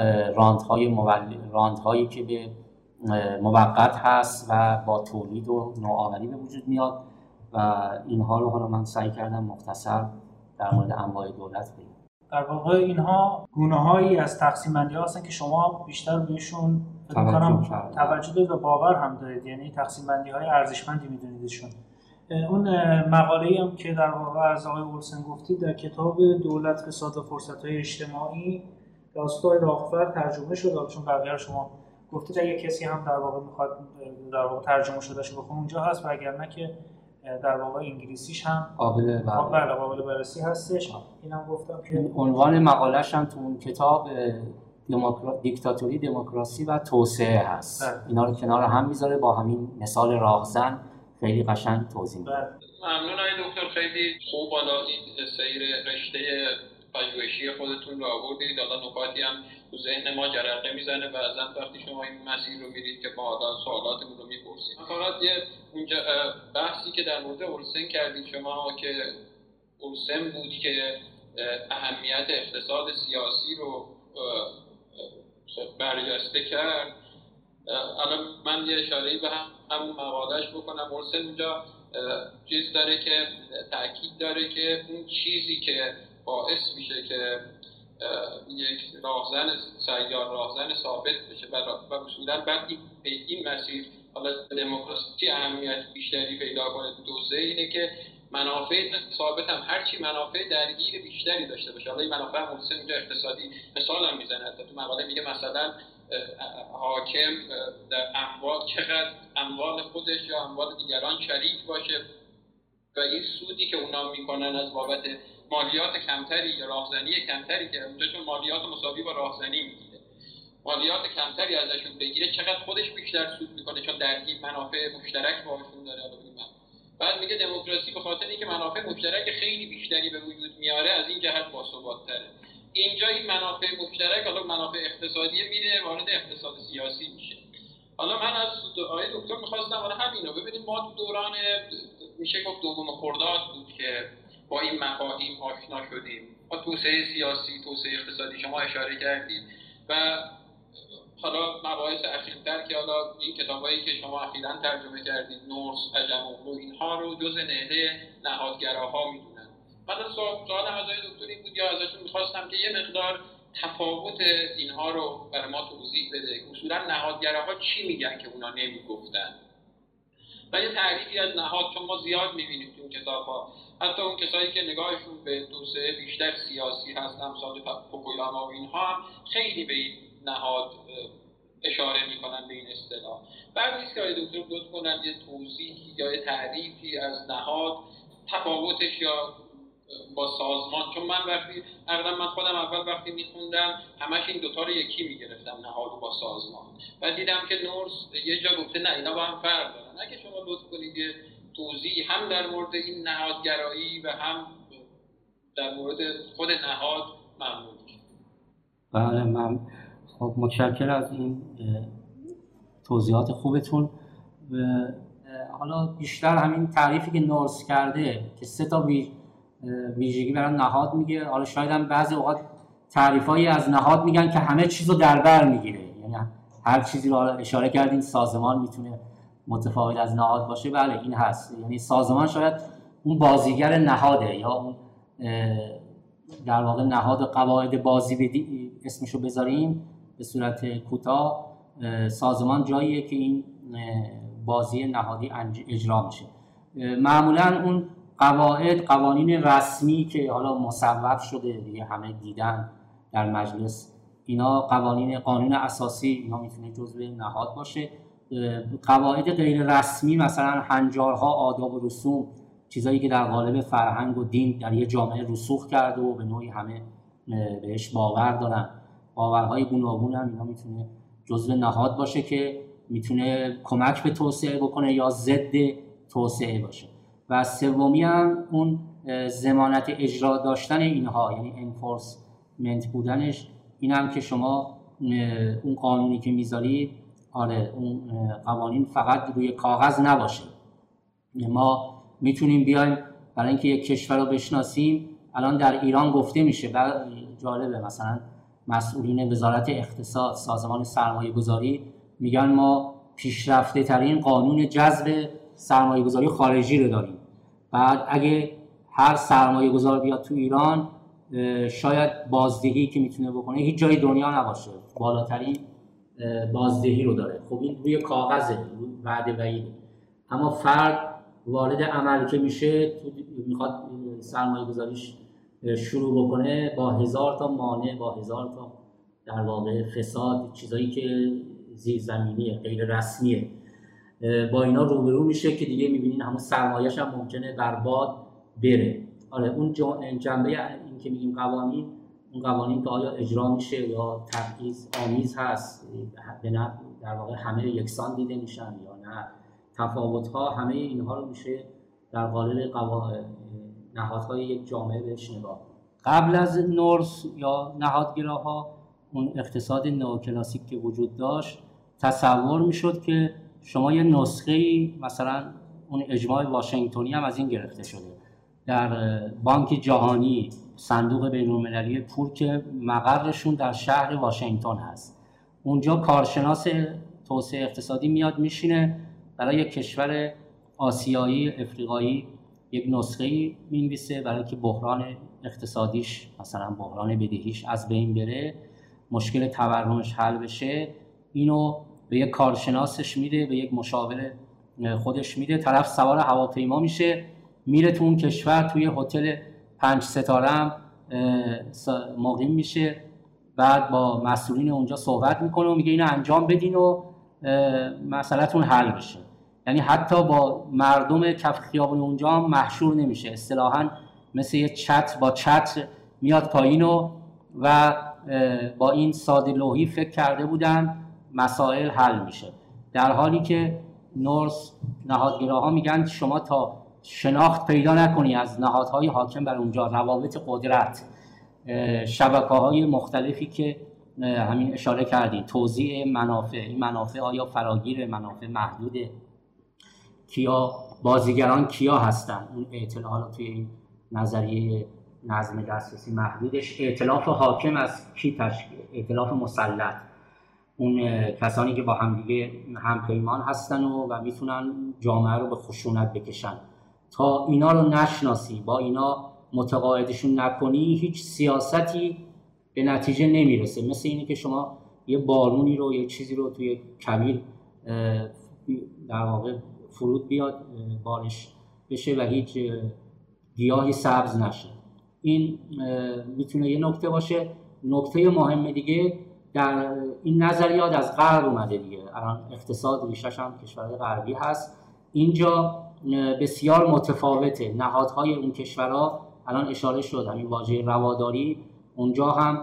راندهایی که به موقت هست و با تولید و نوآوری به وجود میاد و اینها رو حالا من سعی کردم مختصر در مورد انواع دولت بگم. در واقع اینها گونه‌هایی از تقسیم بندی‌ها هستن که شما بیشتر بهشون فکر می‌کنم توجه دارید و باور هم دارید، یعنی تقسیم بندی‌های ارزشمندی می‌دونیدشون. اون مقاله‌ای هم که در واقع از آقای اولسن گفتید در کتاب دولت، فساد و فرصت‌های اجتماعی داستان راغفر ترجمه شده، چون بقیه شما گفتید اگه کسی هم در واقع می‌خواد در واقع ترجمه شدهشو بخونه اونجا هست، و اگر نه که در واقع انگلیسیش هم قابل بررسی هستش. اینم گفتم که عنوان مقاله‌اش هم تو اون کتاب دیکتاتوری، دموکراسی و توسعه هست. اینا رو کنار هم میذاره با همین مثال راهزن خیلی قشنگ توضیح میده. ممنون آقای دکتر، خیلی خوب حالا این سیر رشته پژوهشی خودتون رو آوردید. حالا نکاتی هم تو ذهن ما جرقه میزنه و بعضا وقتی شما این مسیر رو میرید که ما حالا سوالاتمون رو میپرسیم. فقط یه اونجا بحثی که در مورد اولسن کردید شما که اولسن بود که اهمیت اقتصاد سیاسی رو برجسته کرد. الان من یه اشاره‌ای به همون مقاله‌اش بکنم. اولسن اونجا چیز داره که تأکید داره که اون چیزی که باعث میشه که یک راهزن سیار راهزن ثابت بشه و اصولاً وقتی به این مسیر حالا دموکراسی اهمیت بیشتری پیدا کنه تو توسعه اینه که منافع ثابت هم هرچی منافع درگیر بیشتری داشته باشه. حالا این منافع اولسن اینجا اقتصادی مثال هم میزنه، تو مقاله میگه مثلا حاکم در اموال چقدر اموال خودش یا اموال دیگران شریک باشه و این سودی که اونا میکنن از بابت مالیات کمتری یا راهزنی کمتری که اونجا چون مالیات مساوی با راهزنی میگیره، مالیات کمتری ازشون بگیره چقدر خودش بیشتر سود میکنه چون درگیر منافع مشترک باهاشون داره. بعد میگه دموکراسی به خاطر اینکه منافع مشترک خیلی بیشتری به وجود میاره از این جهت باثبات‌تره. اینجا این منافع مشترک حالا منافع اقتصادی میره وارد اقتصاد سیاسی میشه. حالا من از آقای دکتر می‌خواستم حالا همینو ببینیم. ما تو دوران میشه گفت دوم خرداد بود که با این مفاهیم آشنا شدیم. با توسعه سیاسی، توسعه اقتصادی شما اشاره کردید و حالا مباحث اخیرتر که حالا این کتابایی که شما اخیراً ترجمه کردید، نورس، عجم‌اوغلو، اینها رو جزء نهله نهادگراها میدونن. من سوالم از آقای دکتر این بود یا ازشون می‌خواستم که یه مقدار تفاوت اینها رو برای ما توضیح بده. اصولاً نهادگراها چی میگن که اونا نمیگفتن؟ و یه تعریفی از نهاد، چون ما زیاد می‌بینیم تو این کتاب‌ها، حتی اون کسایی که نگاهشون به توسعه بیشتر سیاسی هست، مثلا فوکویاما و اینها هم خیلی به این نهاد اشاره میکنن به این اصطلاح. بعد نیست که آقای دکتر لطف کنن یه توضیحی یا یه تعریفی از نهاد، تفاوتش یا با سازمان، چون من خودم اول وقتی میخوندم همش این دوتا رو یکی میگرفتم، نهاد و با سازمان، و دیدم که نورس یه جا گفته نه اینا با هم فرق دارن. اگه شما لطف کنید یه توضیح هم در مورد این نهادگرایی و هم در مورد خود نهاد ممنون میشم. بله، من خب متشکرم از این توضیحات خوبتون. حالا بیشتر همین تعریفی که نورس کرده که 3 تا ویژگی برای نهاد میگه، حالا شاید هم بعضی اوقات تعریفایی از نهاد میگن که همه چیزو در بر میگیره، یعنی هر چیزی رو اشاره کردین سازمان میتونه متفاوت از نهاد باشه. بله این هست، یعنی سازمان شاید اون بازیگر نهاده یا اون در واقع نهاد و قواعد بازی اسمشو بذاریم به صورت کوتاه، سازمان جاییه که این بازی نهادی اجرا میشه. معمولا اون قوانین رسمی که حالا مصوب شده دیگه همه دیدن در مجلس، اینا قانون اساسی، اینا میتونه جزء نهاد باشه. قواعد غیر رسمی مثلا هنجارها، آداب و رسوم، چیزایی که در قالب فرهنگ و دین در یه جامعه رسوخ کرده و به نوعی همه بهش باور دارن، باورهای گوناگون هم اینا میتونه جزء نهاد باشه که میتونه کمک به توسعه بکنه یا ضد توسعه باشه. و سومی هم اون ضمانت اجرا داشتن اینها، یعنی انفورسمنت بودنش. این هم که شما اون قانونی که میذارید، اون قوانین فقط روی کاغذ نباشه. ما میتونیم بیایم برای اینکه یک کشور رو بشناسیم، الان در ایران گفته میشه، جالبه، مثلا مسئولین وزارت اقتصاد، سازمان سرمایه گذاری میگن ما پیشرفته ترین قانون جذب سرمایه گذاری خارجی رو داریم. بعد اگه هر سرمایه گذار بیاد تو ایران شاید بازدهی که میتونه بکنه هیچ جای دنیا نباشه، بالاترین بازدهی رو داره. خب این روی کاغذه، وعده بعیده، اما فرد وارد عمل که میشه میخواد سرمایه گذاریش شروع بکنه با 1000 تا مانع، با 1000 تا در واقع فساد، چیزایی که زیرزمینیه، غیر رسمیه، با اینا روبرو میشه که دیگه میبینین همون سرمایه‌اش هم ممکنه برباد بره. آره اون جنبه این که میگیم قوانین، اون قوانین که آیا اجرا میشه یا تبعیض آمیز هست، در واقع همه یکسان دیده میشن یا نه، تفاوت‌ها، همه اینها رو میشه در قالب نهادهای یک جامعه بهش نگاه. قبل از نورس یا نهادگراها، اون اقتصاد نئوکلاسیک که وجود داشت، تصور میشد که شما یه نسخه‌ای، مثلا اون اجماع واشنگتنی هم از این گرفته شده، در بانک جهانی، صندوق بین‌المللی پول که مقرشون در شهر واشنگتن هست، اونجا کارشناس توسعه اقتصادی میاد میشینه برای یک کشور آسیایی افریقایی یک نسخه‌ای می‌نویسه برای که بحران اقتصادیش، مثلا بحران بدهیش از بین بره، مشکل تورمش حل بشه، اینو به یک کارشناسش میده، به یک مشاور خودش میده، طرف سوار هواپیما میشه میره تو اون کشور، توی هتل 5 ستاره هم مقیم میشه، بعد با مسئولین اونجا صحبت میکنه و میگه اینو انجام بدین و مسئله‌تون حل بشه. یعنی حتی با مردم کف خیابون اونجا هم محشور نمیشه، اصطلاحاً مثل یه چتر با چتر میاد پایین و با این ساده لوحی فکر کرده بودن مسائل حل میشه. در حالی که نورس نهادگراها میگن شما تا شناخت پیدا نکنی از نهادهای حاکم بر اونجا، روابط قدرت، شبکه‌های مختلفی که همین اشاره کردیم، توزیع منافع، این منافع آیا فراگیر، منافع محدوده، کیا بازیگران کیا هستن، اون اطلاعات توی این نظریه نظم دسترسی محدودش، ائتلاف حاکم از کی تشکیل، ائتلاف مسلط، اون کسانی که با همدیگه همپیمان هستن و میتونن جامعه رو به خشونت بکشن. تا اینا رو نشناسی، با اینا متقاعدشون نکنی، هیچ سیاستی به نتیجه نمیرسه. مثل اینه که شما یه بارونی رو، یه چیزی رو توی کویر در واقع فرود بیاد، بارش بشه و هیچ گیاهی سبز نشه. این میتونه یه نکته باشه. نکته مهم دیگه، در این نظریات از غرب اومده دیگه، الان اقتصاد ریشش هم کشورهای غربی هست، اینجا بسیار متفاوته. نهادهای اون کشورها الان اشاره شد، همین واژه رواداری، اونجا هم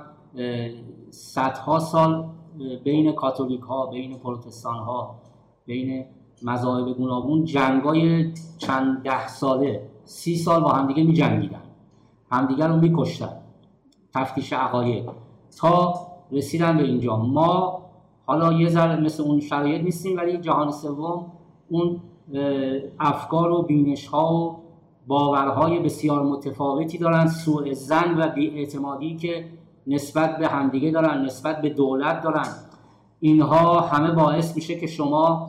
صدها سال بین کاتولیک ها، بین پروتستان ها، بین مذاهب گوناگون جنگای چند 10 ساله، 30 سال با همدیگه می جنگیدن، همدیگه رو می کشتن، تفتیش عقاید، تا رسیدن به اینجا. ما حالا یه ذره مثل اون شرایط نیستیم، ولی جهان سوم اون افکار و بینش ها و باورهای بسیار متفاوتی دارن، سوء ظن و بی‌اعتمادی که نسبت به همدیگه دارن، نسبت به دولت دارن. اینها همه باعث میشه که شما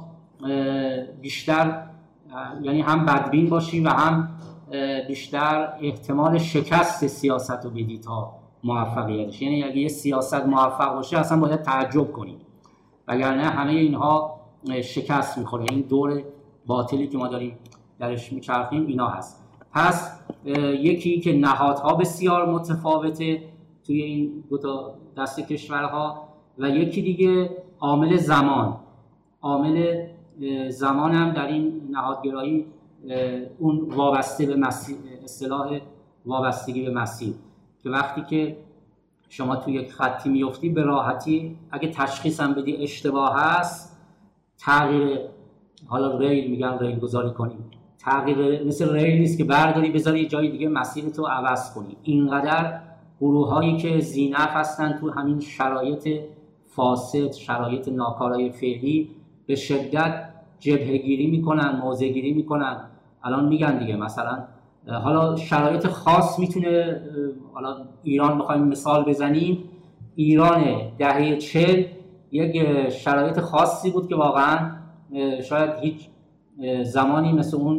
بیشتر، یعنی هم بدبین باشی و هم بیشتر احتمال شکست سیاست رو بدی تا موفقیتش. یعنی اگه یه سیاست موفق باشه اصلا باید تعجب کنیم، وگرنه همه اینها شکست میخوره. این دور باطلی که ما داریم درش میچرخیم اینا هست. پس یکی که نهادها بسیار متفاوته توی این دو تا دسته کشورها، و یکی دیگه عامل زمان. عامل زمان هم در این نهادگرایی اون وابسته به مسیر، اصطلاح وابستگی به مسیر، که وقتی که شما توی یک خطی میفتی به راحتی اگه تشخیص هم بدی اشتباه هست، تغییر، حالا ریل میگن ریل گذاری کنیم، تغییر مثل ریل نیست که برداری بذاری جای دیگه مسیرتو عوض کنی. اینقدر گروه هایی که ذی‌نفع هستن تو همین شرایط فاسد، شرایط ناکارای فعلی، به شدت جبهه‌گیری میکنن، موضع‌گیری میکنن. الان میگن دیگه مثلا حالا شرایط خاص میتونه، حالا ایران بخوایم مثال بزنیم، ایران دهه 40 یک شرایط خاصی بود که واقعا شاید هیچ زمانی مثل اون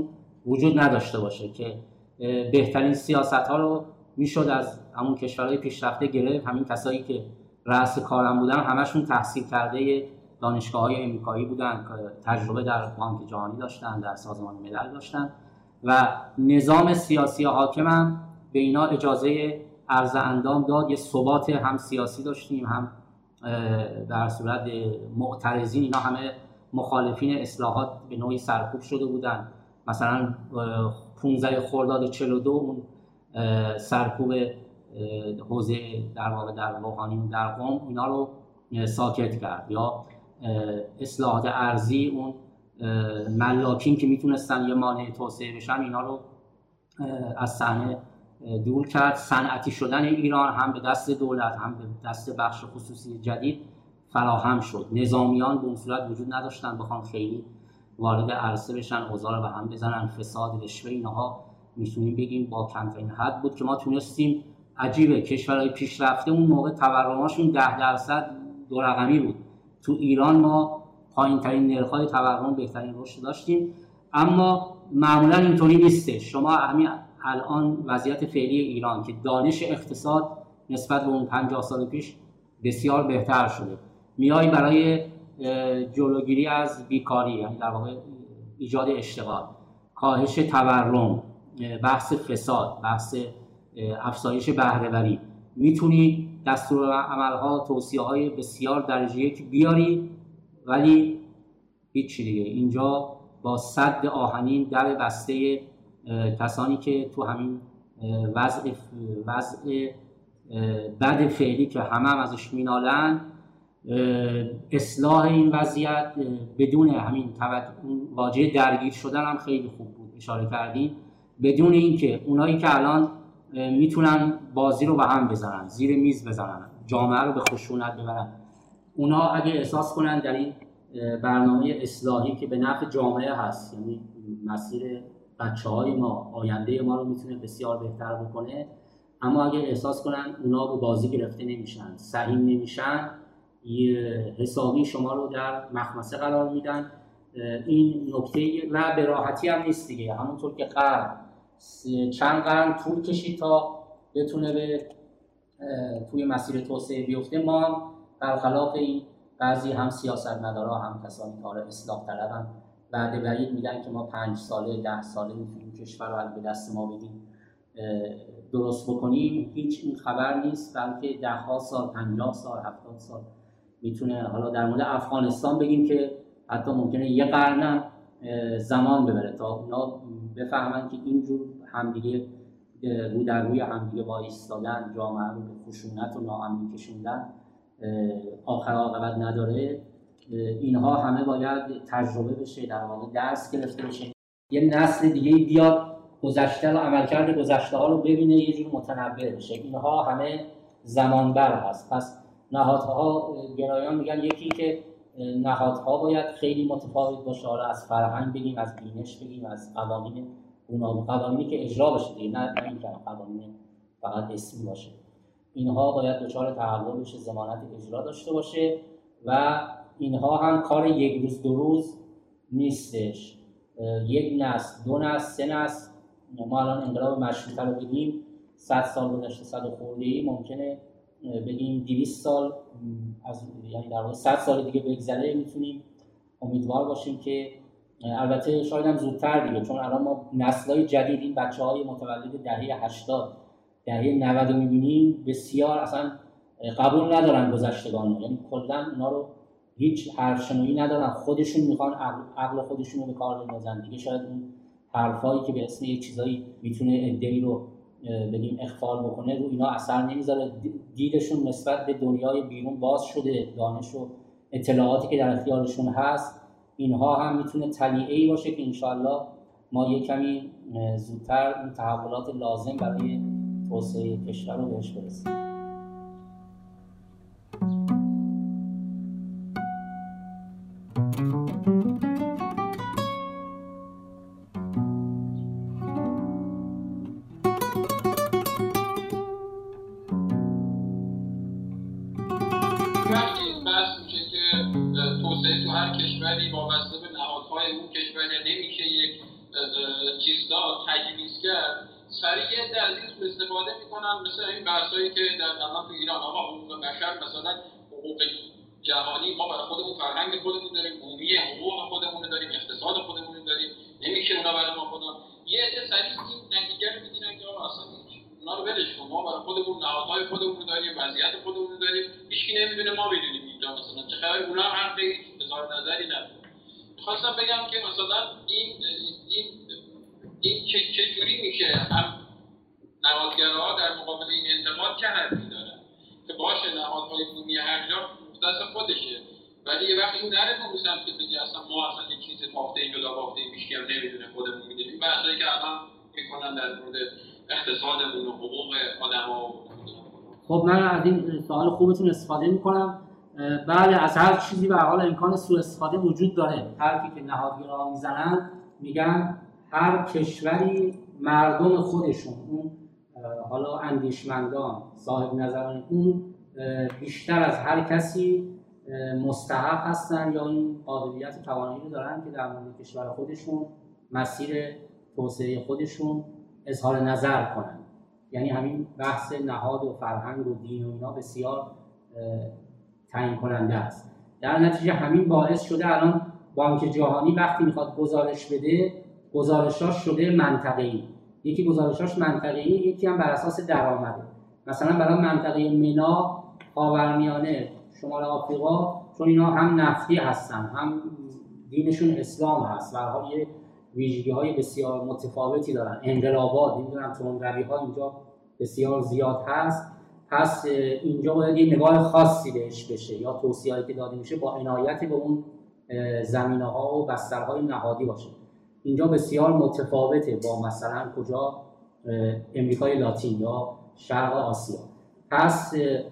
وجود نداشته باشه که بهترین سیاست‌ها رو میشد از همون کشورهای پیشرفته گرفت. همین کسایی که رأس کارم بودن همشون تحصیل کرده دانشگاه‌های آمریکایی بودن، تجربه در بانک جهانی داشتن، در سازمان ملل داشتن و نظام سیاسی حاکم هم به اینا اجازه عرض اندام داد. یه ثبات هم سیاسی داشتیم، هم در صورت معترضین، اینا همه مخالفین اصلاحات به نوعی سرکوب شده بودن. مثلا 15 خرداد 42 اون سرکوب حوزه در واقع در روحانی و در قم اینا رو ساکت کرد. یا اصلاحات ارضی، اون ملاکین که میتونستن یه مانع توسعه بشن اینا رو از صحنه دور کرد. صنعتی شدن ایران هم به دست دولت هم به دست بخش خصوصی جدید فراهم شد. نظامیان به اون صورت وجود نداشتن بخوان خیلی وارد عرصه بشن، اوضاع رو به هم بزنن. فساد، رشوه، اینها میتونیم بگیم با کمترین حد بود که ما تونستیم. عجیبه کشورهای پیشرفته اون موقع تورماشون 10% دو رقمی بود. تو ایران ما پایین ترین نرخ‌های تورم، بهترین رشد داشتیم. اما معمولا اینطوری نیسته. شما همین الان وضعیت فعلی ایران که دانش اقتصاد نسبت به اون 50 سال پیش بسیار بهتر شده، میای برای جلوگیری از بیکاری، یعنی در واقع ایجاد اشتغال، کاهش تورم، بحث فساد، بحث افزایش بهره‌وری، میتونی دستورالعمل‌ها، توصیه‌های بسیار درجه یک بیاری، ولی هیچی دیگه. اینجا با سد آهنین در بسته کسانی که تو همین وضع بد فعلی که همه ازش مینالن، اصلاح این وضعیت بدون همین واژه درگیر شدن هم خیلی خوب بود اشاره کردیم، بدون اینکه اونایی که الان میتونن بازی رو به هم بزنن، زیر میز بزنن، جامعه رو به خشونت ببرن، اونا اگه احساس کنن در این برنامه اصلاحی که به نفع جامعه هست، یعنی مسیر بچه‌های ما، آینده ما رو میتونه بسیار بهتر بکنه، اما اگه احساس کنن اونا به بازی گرفته نمیشن، سهیم نمیشن، حسابی شما رو در مخمصه قرار میدن. این نکته و به راحتی هم نیست دیگه. همونطور که چند قرن طول کشید تا بتونه به توی مسیر توسعه بیفته، ما برخلاف این بعضی هم سیاستمدارا هم کسانی کار اصلاح طلبن بعد بعید میگن که ما 5 ساله 10 ساله میتونیم کشور رو به دست ما بدیم درست بکنیم. هیچ این خبر نیست، بلکه 10 سال، 50 سال، 70 سال میتونه. حالا در مورد افغانستان بگیم که حتی ممکنه یه قرن زمان ببره تا اونا بفهمن که اینجور همدیگه رو در روی همدیگه وایستادن، جامعه رو به خشونت و ناامنی کشوندن آخر عاقبت نداره. اینها همه باید تجربه بشه، در واقع درس گرفته بشه. یه نسل دیگه بیاد گذشته رو، عملکرد گذشته ها رو ببینه، یه جور متنبه بشه. اینها همه زمانبر هست. پس نهادها، گرایان میگن یکی که نهادها باید خیلی متفاوت باشه، از فرهنگ بگیم، از بینش بگیم، از قوانین، قوانینی که اجرا بشه دیگه، نه اینکه قوانین فقط اسمی باشه. اینها باید دچار تحول بشه، ضمانت اجرا داشته باشه و اینها هم کار یک روز دو روز نیستش. یک نسل، 2 نسل، 3 نسل. ما الان انقلاب مشروطه رو بگیم 100 سال گذشته، 100 خورده‌ای، ممکنه بگیم 200 سال یعنی در واقع 100 سال دیگه بگذره، میتونیم امیدوار باشیم که البته شاید هم زودتر دیگه، چون الان ما نسل‌های جدید، این بچه‌های متولد دهه 80 دهه 90 رو می‌بینیم بسیار اصلا قبول ندارن گذشتگان رو، یعنی کلا اونا رو هیچ حرفشنویی ندارن، خودشون میخوان عقل خودشون رو به کار بندازن دیگه. شاید اون حرفایی که به اسم یه چیزایی میتونه ایده‌ای رو بگیم اخفال بکنه، رو اینا اثر نمیذاره. دیدشون نسبت به دنیای بیرون باز شده، دانش و اطلاعاتی که در اختیارشون هست، اینها هم میتونه طلیعه‌ای باشه که انشالله ما یه کمی زودتر این تحولات لازم برای توسعه کشور رو بهش برسیم. توسعه تو هر کشوری وابسته به نهادهای اون کشور، نمیشه یک چیز داد، تجویز کرد، سریع از این سوء استفاده میکنن. مثل این بحثایی که در الان تو ایران آقا حقوق بشر، مثلا حقوق جهانی، ما برای خودمون فرهنگ خودمون داریم، بومی حقوق خودمون داریم، اقتصاد خودمون داریم، نمیشه اونا برای ما خودمون. یه عده سریع این نتیجه رو میگیرن که آقا اصلا اونا رو ولش کن، ما برای خودمون نهادهای خودمون داریم، وضعیت خودمون داریم، هیچکی نمیدونه، ما میدونیم اینجا مثلا چه خبره. اونا هم خیلی اظهار نظری ندارن. می‌خواستم بگم که مثلا این چجوری میشه هم نهادگراها در مقابل این انتقاد چه حرفی دارن که باشه نهادهای بومی هر جا مختص خودشه، ولی یه وقت این نره به سمت که بگی اصلا ما اصلا یه چیز بافته جدا بافته میشه هم نمیدونه، خودمون میدونیم. این بحثایی که الان میکنن در مورد اقتصادمون و حقوق آدم‌ها. خب من از این سوال خوبتون استفاده میکنم. بله، از هر چیزی به حال امکان سوء استفاده وجود داره. حرفی که نهادگراها میزنن، میگن هر کشوری مردم خودشون، اون حالا اندیشمندان، صاحب نظران، اون بیشتر از هر کسی مستحق هستن یا این قابلیت توانایی رو دارن که در مورد کشور خودشون، مسیر توسعه خودشون اظهار نظر کنن. یعنی همین بحث نهاد و فرهنگ و دین و اینا بسیار تعیین کننده است. در نتیجه همین باعث شده الان بانک جهانی وقتی میخواد گزارش بده، گزارشاش شده منطقه‌ای. یکی گزارشاش منطقه‌ای، یکی هم بر اساس درآمده. مثلا برای منطقه منا، خاورمیانه، شمال آفریقا، چون اینا هم نفتی هستن، هم دینشون اسلام هست و حال یه ویژگی‌های بسیار متفاوتی دارن. انقلابات، نمیدونم تندروی‌ها اینجا بسیار زیاد هست. پس اینجا باید یه نگاه خاصی بهش بشه، یا توصیه‌ای که داده میشه با عنایت به اون زمینه‌ها و بسترهای نهادی باشه. اینجا بسیار متفاوته با مثلا کجا امریکای لاتین یا شرق آسیا. پس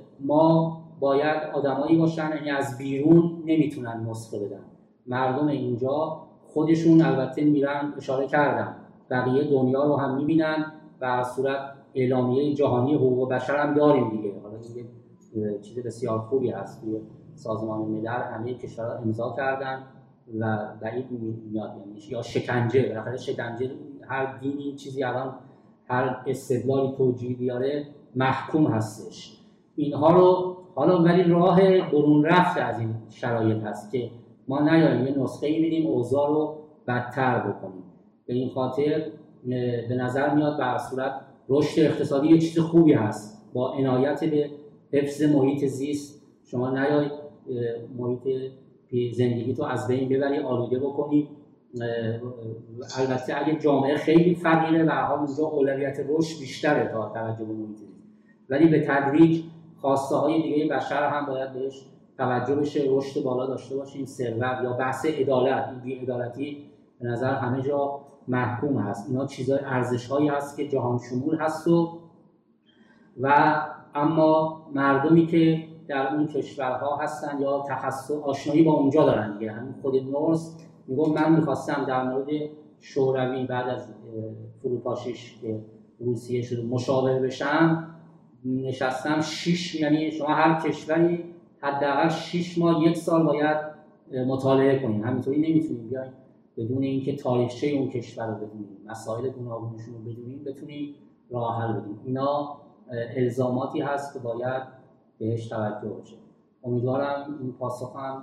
ما باید آدمایی باشن، یعنی از بیرون نمیتونن نسخه بدن. مردم اینجا خودشون البته میرن، اشاره کردم، بقیه دنیا رو هم میبینن و صورت اعلامیه جهانی حقوق بشر هم داریم دیگه. حالا این چیز بسیار خوبی هست، توی سازمان ملل همه کشورها امضا کردن و بعید میاد یا شکنجه، بالاخره شکنجه هر دینی چیزی الان هر استدلالی توجیه بیاره محکوم هستش. اینها رو حالا ولی راه برون رفت از این شرایط هست که ما نیاییم یه نسخه‌ای بدیم اوضاع رو بدتر بکنیم. به این خاطر به نظر میاد به صورت رشد اقتصادی یه چیز خوبی هست، با عنایت به حفظ محیط زیست. شما نیایید محیط زندگی تو از بین ببری، آلوده بکنی. البته اگه جامعه خیلی فقیره و حال اونجا اولویت رشد بیشتره تا توجه به محیط زیست، ولی به تدریج خواسته های دیگه بشر هم باید بهش توجه بشه، رشد بالا داشته باشیم، ثروت یا بحث عدالت. این بی‌عدالتی به نظر همه جا محکوم هست. اینا چیزای ارزش‌هایی هست که جهان شمول هست و اما مردمی که در اون کشورها هستن یا تخصص آشنایی با اونجا دارن دیگه. همین خود نورس میگم من می‌خواستم در مورد شوروی بعد از فروپاشیش که روسیه شد مشاور بشم، نشستم 6، یعنی شما هر کشوری حداقل 6 ماه 1 سال باید مطالعه کنید. همینطوری نمیتونید بیاید بدون اینکه تاریخچه اون کشور رو بدونید، مسائل گوناگونشون رو بدونید، بتونید راه حل بدید. اینا الزاماتی هست که باید بهش توجه بشه. امیدوارم این پاسخم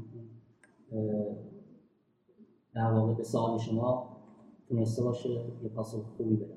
در واقع به سوال شما تونسته باشه یه پاسخ خوبی بده.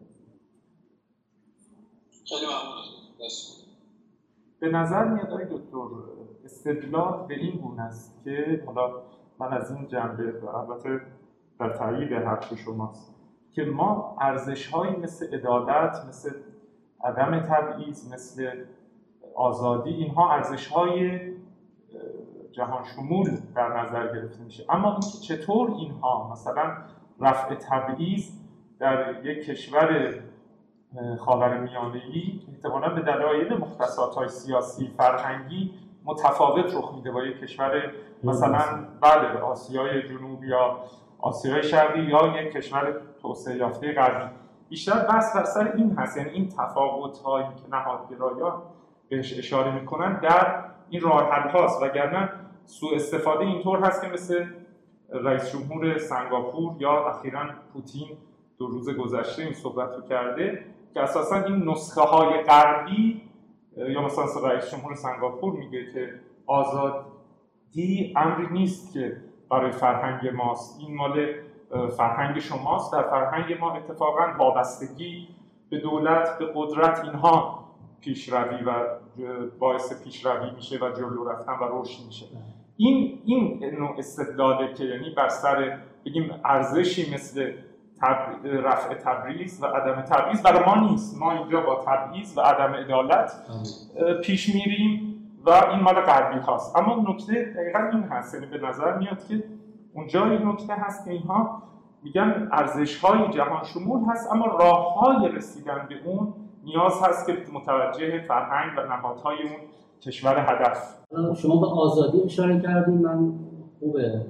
خیلی ممنون. به نظر میاد آقای دکتر استدلال به این گونه است که حالا من از این جنبه و البته در تایید حرف شماست که ما ارزش‌هایی مثل عدالت، مثل عدم تبعیض، مثل آزادی، اینها ارزش‌های جهان شمول در نظر گرفته میشه. اما اینکه چطور اینها مثلا رفع تبعیض در یک کشور خاورمیانه‌ای احتمالاً به دلایل مختصات‌های سیاسی فرهنگی متفاوت رخ میده با یک کشور مثلا بله آسیای جنوبی یا آسیای شرقی یا یک کشور توسعه یافته غربی. بیشتر بحث بر سر این هست، یعنی این تفاوت‌هایی که نهادگرایان بهش اشاره میکنن در این راه حل هاست، وگرنه سوء استفاده اینطور هست که مثل رئیس جمهور سنگاپور یا اخیراً پوتین 2 روز گذشته این صحبت رو کرده که اساساً این نسخه های غربی یا مثلا رئیس جمهور سنگاپور میگه که آزادی امری نیست که برای فرهنگ ماست، این مال فرهنگ شماست. در فرهنگ ما اتفاقاً وابستگی به دولت، به قدرت، اینها پیشروی و باعث پیشروی میشه و جلو رفتن و رشد میشه. این نوع استدلاله که یعنی بر سر بگیم ارزشی مثل رفع تبعیض و عدم تبعیض برای ما نیست، ما اینجا با تبعیض و عدم عدالت پیش میریم و این مال غربی هاست. اما نکته دقیقاً این هست، یعنی به نظر میاد که اونجا این نکته هست که اینها میگن ارزش‌های جهان شمول هست، اما راه‌های رسیدن به اون نیاز هست که متوجه فرهنگ و نهادهای اون کشور هدف. شما به آزادی اشاره کردین، من خوبه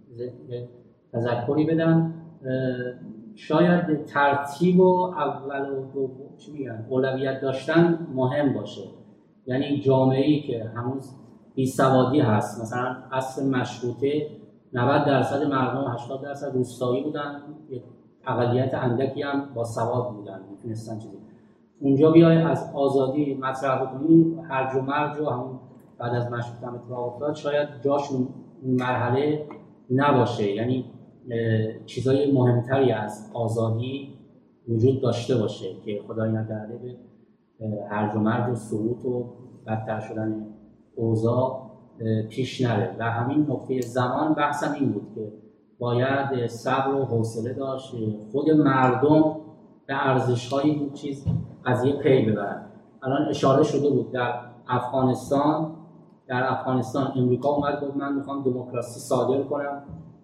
تذکری بدم. شاید ترتیب و اول و دوم چی میگن اولویت داشتن مهم باشه. یعنی جامعه‌ای که هنوز بی‌سوادی هست، مثلا عصر مشروطه 90% مردم 80% روستایی بودن، اقلیت اندکی هم با سواد بودن میتونستن چیزی. اونجا بیای از آزادی مطرح کنی، هرج و مرج و همون بعد از مشروطه هم اتفاق افتاد، شاید جاشون اون مرحله نباشه. یعنی چیزای مهمتری از آزادی وجود داشته باشه که خدای نکرده به هرج و مرج و سقوط و بدتر شدن اوضاع پیش نره. و همین نقطه زمان بحثم این بود که باید صبر و حوصله داشت، خود مردم به ارزش‌های این چیز قضیه پی ببرن. الان اشاره شده بود در افغانستان امریکا اومد گفت من میخوام دموکراسی صادر کنم،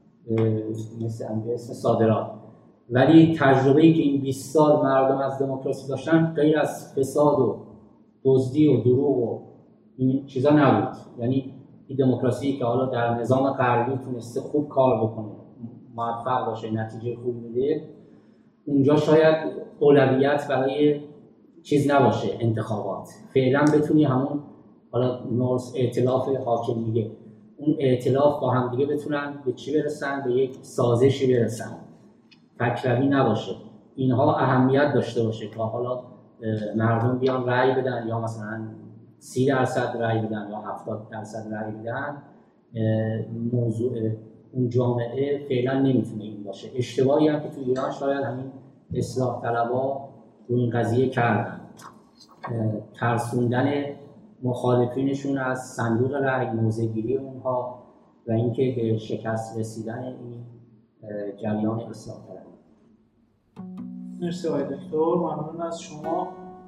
مثل صادرات. ولی تجربه‌ای که این 20 سال مردم از دموکراسی داشتن غیر از فساد و دزدی و دروغ و این چیزا نبود. یعنی این دموکراسی که حالا در نظام غربی تونسته خوب کار بکنه، موفق باشه، نتیجه خوب میده، اونجا شاید اولویت برای چیز نباشه، انتخابات. فعلا بتونی همون حالا نورس ائتلاف حاکم میگه، اون ائتلاف با هم دیگه بتونن به چی برسن؟ به یک سازشی برسن، تکروی نباشه. اینها اهمیت داشته باشه تا حالا مردم بیان رأی بدن یا مثلا 30% رأی بدن یا 70% رأی بدن. موضوع اون جامعه فعلا نمیتونه این باشه. اشتباهی هم که تو ایران شاید همین اصلاح طلبا رو این قضیه کردن، ترسوندن مخالفینشون از صندوق رأی، موضع‌گیری اونها و اینکه به شکست رسیدن این جریان اصلاح طلبی. مرسی آقای دکتر، ممنون از شما.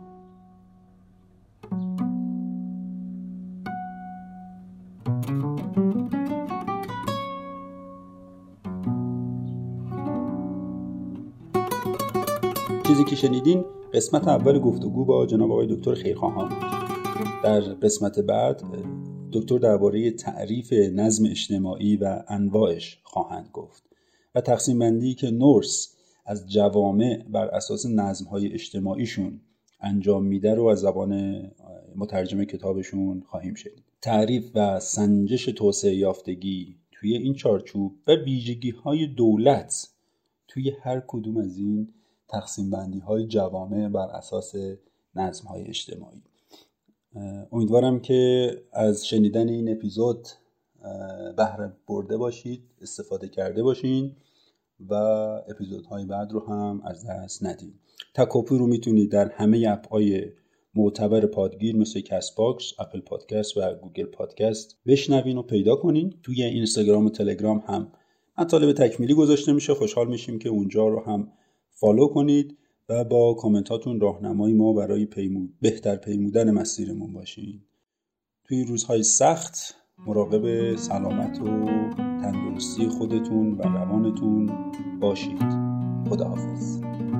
چیزی که شنیدین قسمت اول گفتگو با جناب آقای دکتر خیرخواهان بود. در قسمت بعد دکتر درباره تعریف نظم اجتماعی و انواعش خواهند گفت و تقسیم بندی که نورس از جوامع بر اساس نظم‌های اجتماعیشون انجام میده رو از زبان مترجم کتابشون خواهیم شنید. تعریف و سنجش توسعه یافتگی توی این چارچوب و ویژگی‌های دولت توی هر کدوم از این تقسیم بندی های جوامع بر اساس نظم های اجتماعی. امیدوارم که از شنیدن این اپیزود بهره برده باشید، استفاده کرده باشین و اپیزودهای بعد رو هم از دست ندید. تکاپو رو میتونید در همه اپ‌های معتبر پادگیر مثل کست باکس، اپل پادکست و گوگل پادکست بشنوین و پیدا کنین. توی اینستاگرام و تلگرام هم مطالب تکمیلی گذاشته میشه، خوشحال میشیم که اونجا رو هم فالو کنید و با کامنتاتون راهنمای ما برای بهتر پیمودن مسیرمون باشین. توی روزهای سخت مراقب سلامت و تندرستی خودتون و روانتون باشید. خداحافظ.